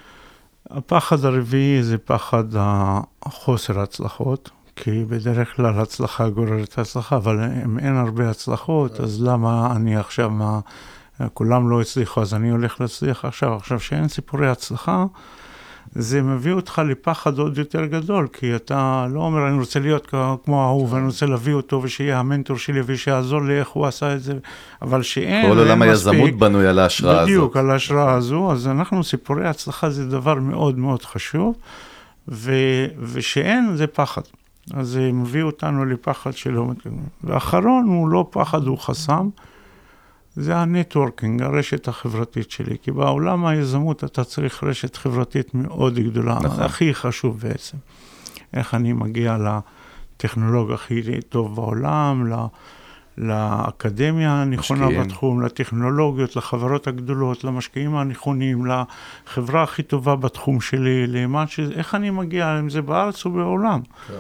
הפחד הרביעי זה פחד החוסר הצלחות, כי בדרך כלל הצלחה גוררת הצלחה, אבל אם אין הרבה הצלחות, אז למה אני עכשיו, מה, כולם לא הצליחו, אז אני הולך להצליח עכשיו. עכשיו שאין סיפורי הצלחה, זה מביא אותך לפחד עוד יותר גדול, כי אתה לא אומר, אני רוצה להיות כמו ההוא, ואני רוצה להביא אותו, ושיהיה המנטור שלי, ושיעזור לי איך הוא עשה את זה, אבל שאין, כל עולם היזמות בנוי על ההשראה הזאת. בדיוק, על ההשראה הזו, אז אנחנו, סיפורי הצלחה זה דבר מאוד מאוד חשוב, ו, ושאין זה פחד. אז זה מביא אותנו לפחד שלא מתקדמים. ואחרון הוא לא פחד, הוא חסם, זה הנטוורקינג, הרשת החברתית שלי, כי בעולם היזמות אתה צריך רשת חברתית מאוד גדולה, נכון. הכי חשוב בעצם. איך אני מגיע לטכנולוג הכי טוב בעולם, לה, לאקדמיה הנכונה משקיעים. בתחום, לטכנולוגיות, לחברות הגדולות, למשקיעים הנכונים, לחברה הכי טובה בתחום שלי, למה ש... איך אני מגיע, אם זה בארץ או בעולם. כן.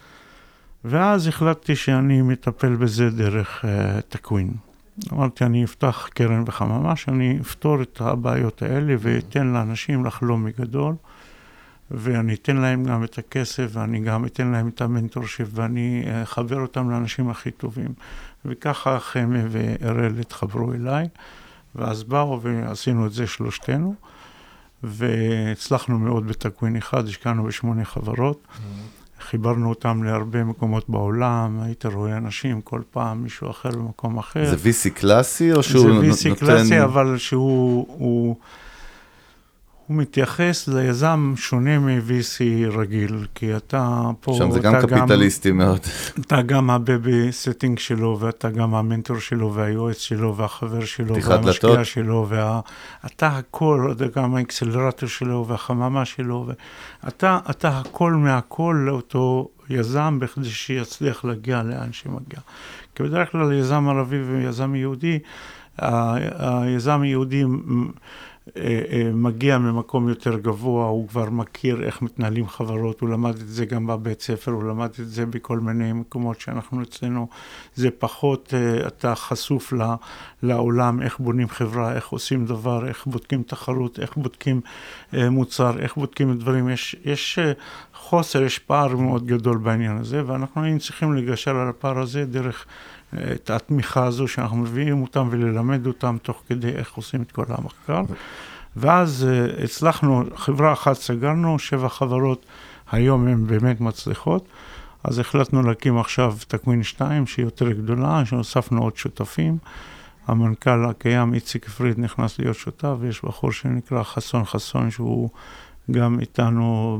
ואז החלטתי שאני מטפל בזה דרך uh, תקווין. אמרתי, אני אפתח קרן וחממה, שאני אפתור את הבעיות האלה ואתן לאנשים לחלום מגדול, ואני אתן להם גם את הכסף, ואני גם אתן להם את המנטורשיפ, ואני אחבר אותם לאנשים הכי טובים. וככה חמי ואראל התחברו אליי, ואז באו ועשינו את זה שלושתנו, והצלחנו מאוד בתקווין אחד, השקענו בשמונה חברות, חיברנו אותם להרבה מקומות בעולם, היית רואה אנשים כל פעם, מישהו אחר במקום אחר. זה וי סי קלאסי או שהוא נותן... זה וי סי קלאסי, אבל שהוא הוא, הוא מתייחס ליזם שונה מ-וי סי רגיל, כי אתה פה... שם זה גם קפיטליסטי גם, מאוד. אתה גם הבייבי סטינג שלו, ואתה גם המנטור שלו, והיועץ שלו, והחבר שלו, והמשקיע דלתות. שלו, ואתה הכל, אתה גם האקסלרטור שלו, והחממה שלו, ואתה אתה הכל מהכל לאותו יזם, בכדי שיצליח להגיע לאן שמגיע. כי בדרך כלל יזם ערבי ויזם יהודי, היזם יהודי... מגיע ממקום יותר גבוה, הוא כבר מכיר איך מתנהלים חברות, הוא למד את זה גם בבית ספר, הוא למד את זה בכל מיני מקומות שאנחנו אצלנו, זה פחות, אתה חשוף לעולם, איך בונים חברה, איך עושים דבר, איך בודקים תחרות, איך בודקים מוצר, איך בודקים דברים, יש, יש חוסר, יש פער מאוד גדול בעניין הזה, ואנחנו היינו צריכים לגשר על הפער הזה דרך את התמיכה הזו שאנחנו מביאים אותם וללמד אותם תוך כדי איך עושים את כל המחקר. ואז הצלחנו, חברה אחת סגרנו, שבע חברות היום הן באמת מצליחות, אז החלטנו להקים עכשיו תקווין שתיים שהיא יותר גדולה, שהוספנו עוד שותפים. המנכ"ל הקיים איציק פריד נכנס להיות שותף, ויש בחור שנקרא חסון חסון שהוא גם איתנו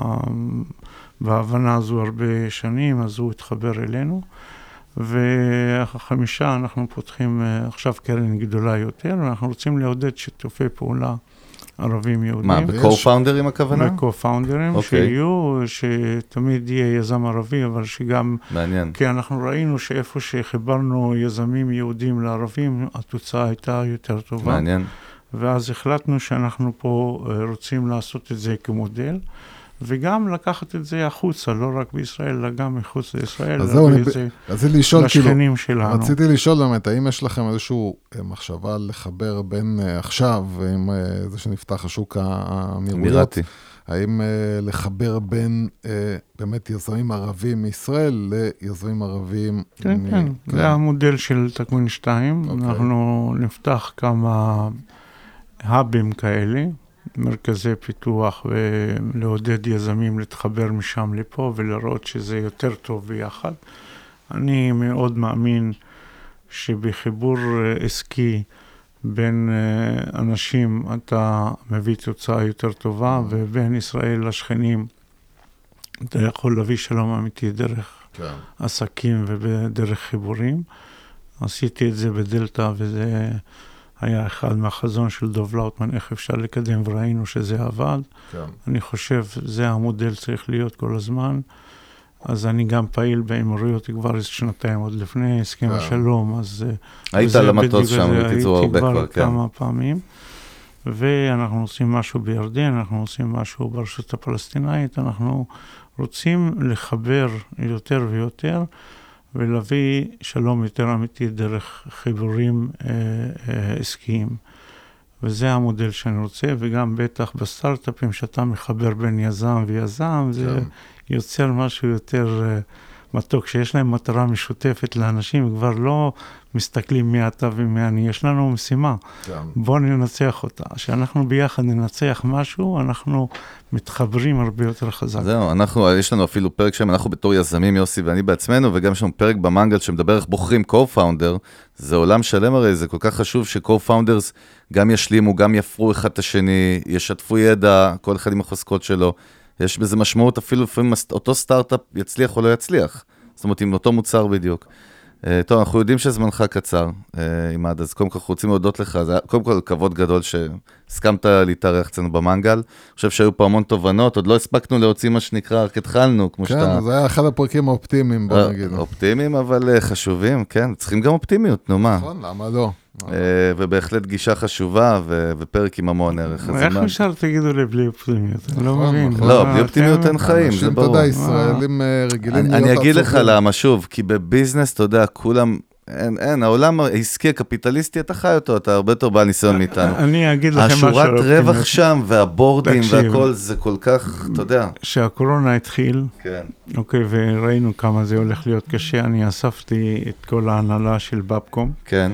בהבנה הזו הרבה שנים, אז הוא התחבר אלינו. והחמישה אנחנו פותחים עכשיו קרן גדולה יותר, ואנחנו רוצים לעודד שיתופי פעולה ערבים יהודים. מה, בקו-פאונדרים הכוונה? בקו-פאונדרים, okay. שיהיו, שתמיד יהיה יזם ערבי, אבל שגם... מעניין. כי אנחנו ראינו שאיפה שחיברנו יזמים יהודים לערבים, התוצאה הייתה יותר טובה. מעניין. ואז החלטנו שאנחנו פה רוצים לעשות את זה כמודל, וגם לקחת את זה החוצה, לא רק בישראל, אלא גם מחוץ לישראל. אז זהו, אני רציתי לשאול, לשכנים שלנו. רציתי לשאול באמת, האם יש לכם איזשהו מחשבה לחבר בין עכשיו, עם זה שנפתח השוק האמירותי, האם לחבר בין באמת יזמים ערבים מישראל ליזמים ערבים? כן, כן, זה המודל של תקווין שתיים, אנחנו נפתח כמה האבים כאלה, מרכזי פיתוח, ולעודד יזמים להתחבר משם לפה ולראות שזה יותר טוב ביחד. אני מאוד מאמין שבחיבור עסקי בין אנשים אתה מביא תוצאה יותר טובה, ובין ישראל לשכנים אתה יכול להביא שלום אמיתי דרך כן. עסקים ובדרך חיבורים. עשיתי את זה בדלטה, וזה היה אחד מהחזון של דוב לאוטמן, איך אפשר לקדם, וראינו שזה עבד. כן. אני חושב, זה המודל צריך להיות כל הזמן. אז אני גם פעיל באמירויות כבר איזה שנתיים, עוד לפני הסכם השלום, אז... היית על המטוס שם, בקיצור הרבה כבר, כן. הייתי כבר כמה פעמים, ואנחנו עושים משהו בירדן, אנחנו עושים משהו ברשות הפלסטינאית, אנחנו רוצים לחבר יותר ויותר, ולהביא שלום יותר אמיתי דרך חיבורים אה, אה, עסקיים. וזה המודל שאני רוצה, וגם בטח בסטארט-אפים שאתה מחבר בין יזם ויזם, זה יוצר משהו יותר אה, מתוק, שיש להם מטרה משותפת לאנשים, כבר לא מסתכלים מי אתה ומי אני, יש לנו משימה, בואו ננצח אותה, שאנחנו ביחד ננצח משהו, אנחנו מתחברים הרבה יותר חזק. זהו, אנחנו, יש לנו אפילו פרק שם, אנחנו בתור יזמים, יוסי ואני בעצמנו, וגם יש לנו פרק במנגל שמדבר איך בוחרים co-founder, זה עולם שלם הרי, זה כל כך חשוב ש-co-founders גם ישלימו, גם יפרו אחד את השני, ישתפו ידע, כל אחד עם החוזקות שלו, יש בזה משמעות אפילו לפעמים אותו סטארט-אפ יצליח או לא יצליח, זאת אומרת עם אותו מוצר בדיוק. Uh, טוב, אנחנו יודעים שזמנך קצר, uh, עמד, אז קודם כל אנחנו רוצים להודות לך, זה קודם כל כבוד גדול שהסכמת להתארח אצלנו במנגל, אני חושב שהיו פה המון תובנות, עוד לא הספקנו להוציא מה שנקרא, רק התחלנו, כמו כן, שאתה... כן, זה היה אחד הפרקים האופטימיים, בוא נגיד. אופטימיים, אבל uh, חשובים, כן, צריכים גם אופטימיות, נו מה. נכון, למה לא? Uh, ובהחלט גישה חשובה, ו- ופרק עם המון ערך. איך אפשר תגידו לי בלי אופטימיות? אני לא מבין. לא, בלי אופטימיות אין חיים, זה ברור. אתה יודע, ישראלים רגילים להיות אני אגיד לך למה, שוב, כי בביזנס, אתה יודע, כולם... אין, אין, העולם העסקי הקפיטליסטי, אתה חי אותו, אתה הרבה יותר בעל ניסיון מאיתנו. אני אגיד לכם משהו. השורת רווח שם, והבורדים והכל, זה כל כך, אתה יודע. שהקורונה התחיל, כן. אוקיי, וראינו כמה זה הולך להיות קשה, אני אספתי את כל ההנהלה של בבקום. כן.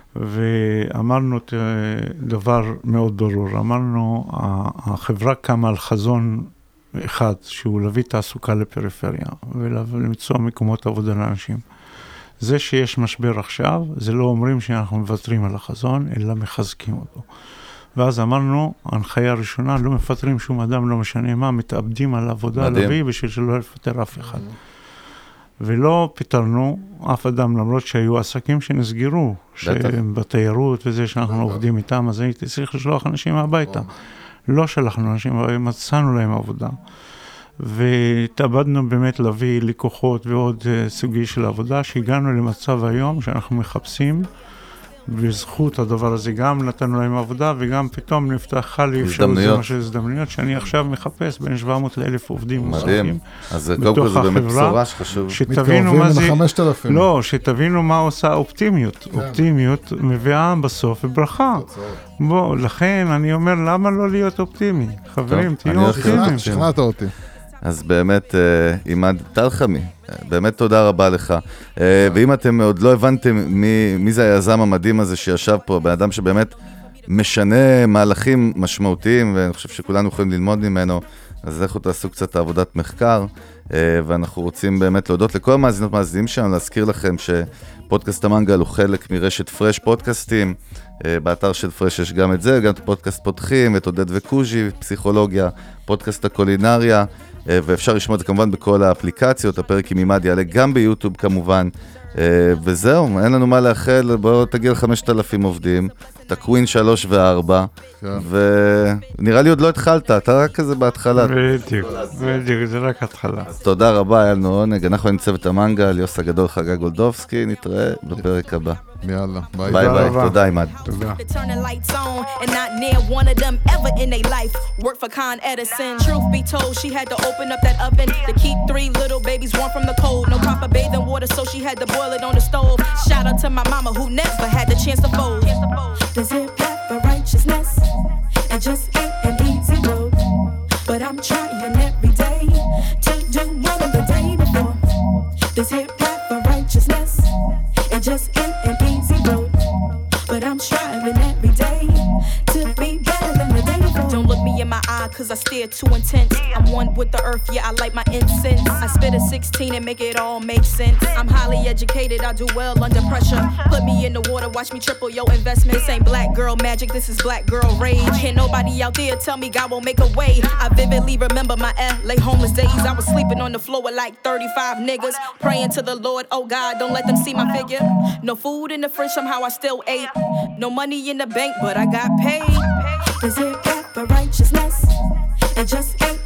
ואמרנו דבר מאוד ברור, אמרנו, החברה קמה על חזון אחד, שהוא להביא תעסוקה לפריפריה, ולמצוא מקומות עבודה לאנשים. זה שיש משבר עכשיו, זה לא אומרים שאנחנו מוותרים על החזון, אלא מחזקים אותו. ואז אמרנו, ההנחיה הראשונה, לא מפטרים שום אדם, לא משנה מה, מתאבדים על עבודה להביא, בשביל שלא לפטר אף אחד. ולא פיתרנו אף אדם, למרות שהיו עסקים שנסגרו, שבתיירות וזה שאנחנו עובדים איתם, אז הייתי צריך לשלוח אנשים הביתה. לא שלחנו אנשים, אבל מצאנו להם עבודה. והתאבדנו באמת להביא לקוחות ועוד סוגי של עבודה, שהגענו למצב היום שאנחנו מחפשים, בזכות הדבר הזה גם נתנו להם עבודה, וגם פתאום נפתחה לי אפשרות זה משהו הזדמנויות, שאני עכשיו מחפש בין שבע מאות לאלף עובדים מוסכים בתוך החברה, שתבינו מה זה, לא, שתבינו מה עושה אופטימיות, אופטימיות מביאה בסוף ברכה. בוא, לכן אני אומר, למה לא להיות אופטימי? חברים, תהיו אופטימיים. שכנעת אותי. אז באמת, עמד תלחמי, באמת תודה רבה לך. ואם אתם עוד לא הבנתם מי, מי זה היזם המדהים הזה שישב פה, בן אדם שבאמת משנה מהלכים משמעותיים, ואני חושב שכולנו יכולים ללמוד ממנו, אז לכו תעשו קצת עבודת מחקר, ואנחנו רוצים באמת להודות לכל המאזינות מאזינים שלנו, להזכיר לכם שפודקאסט המנגל הוא חלק מרשת פרש פודקאסטים, באתר של פרש יש גם את זה, גם את פודקאסט פותחים, את עודד וקוז'י, פסיכולוגיה, פודקאסט הקולינריה, ואפשר לשמוע את זה כמובן בכל האפליקציות, הפרק עם עמד יעלה גם ביוטיוב כמובן, וזהו, אין לנו מה לאחל, בואו תגיע לחמשת אלפים עובדים, אתה קווין שלוש וארבע, ונראה לי עוד לא התחלת, אתה רק כזה בהתחלה. בדיוק, בדיוק, זה רק התחלה. תודה רבה, היה לנו עונג, אנחנו עם צוות המנגל, יוס הגדול חגה גולדובסקי, נתראה בפרק הבא. יאללה, ביי ביי ביי, תודה עמד. תודה. And not near one of them ever in their life worked for Con Edison. Truth be told, she had to open up that oven to keep three little babies warm from the cold. No proper bathing water, so she had to boil it on the stove. Shout out to my mama who never had the chance to fold. There's a path for righteousness, and just ain't an easy road. But I'm trying every day to do more than the day before. This here path for righteousness, it just ain't an easy road. But I'm striving every day to be better than the day before. Don't look me in my eye cause I stare too intense. I'm one with the earth, yeah, I light my incense. I spit a sixteen and make it all make sense. I'm highly educated, I do well under pressure. Put me in the water, watch me triple your investment. This ain't black girl magic, this is black girl rage. Can't nobody out there tell me God won't make a way. I vividly remember my L A homeless days. I was sleeping on the floor with like thirty-five niggas, praying to the Lord, oh God, don't let them see my figure. No food in the fridge, somehow I still ate. No money in the bank, but I got paid. There's a path for righteousness, it just ain't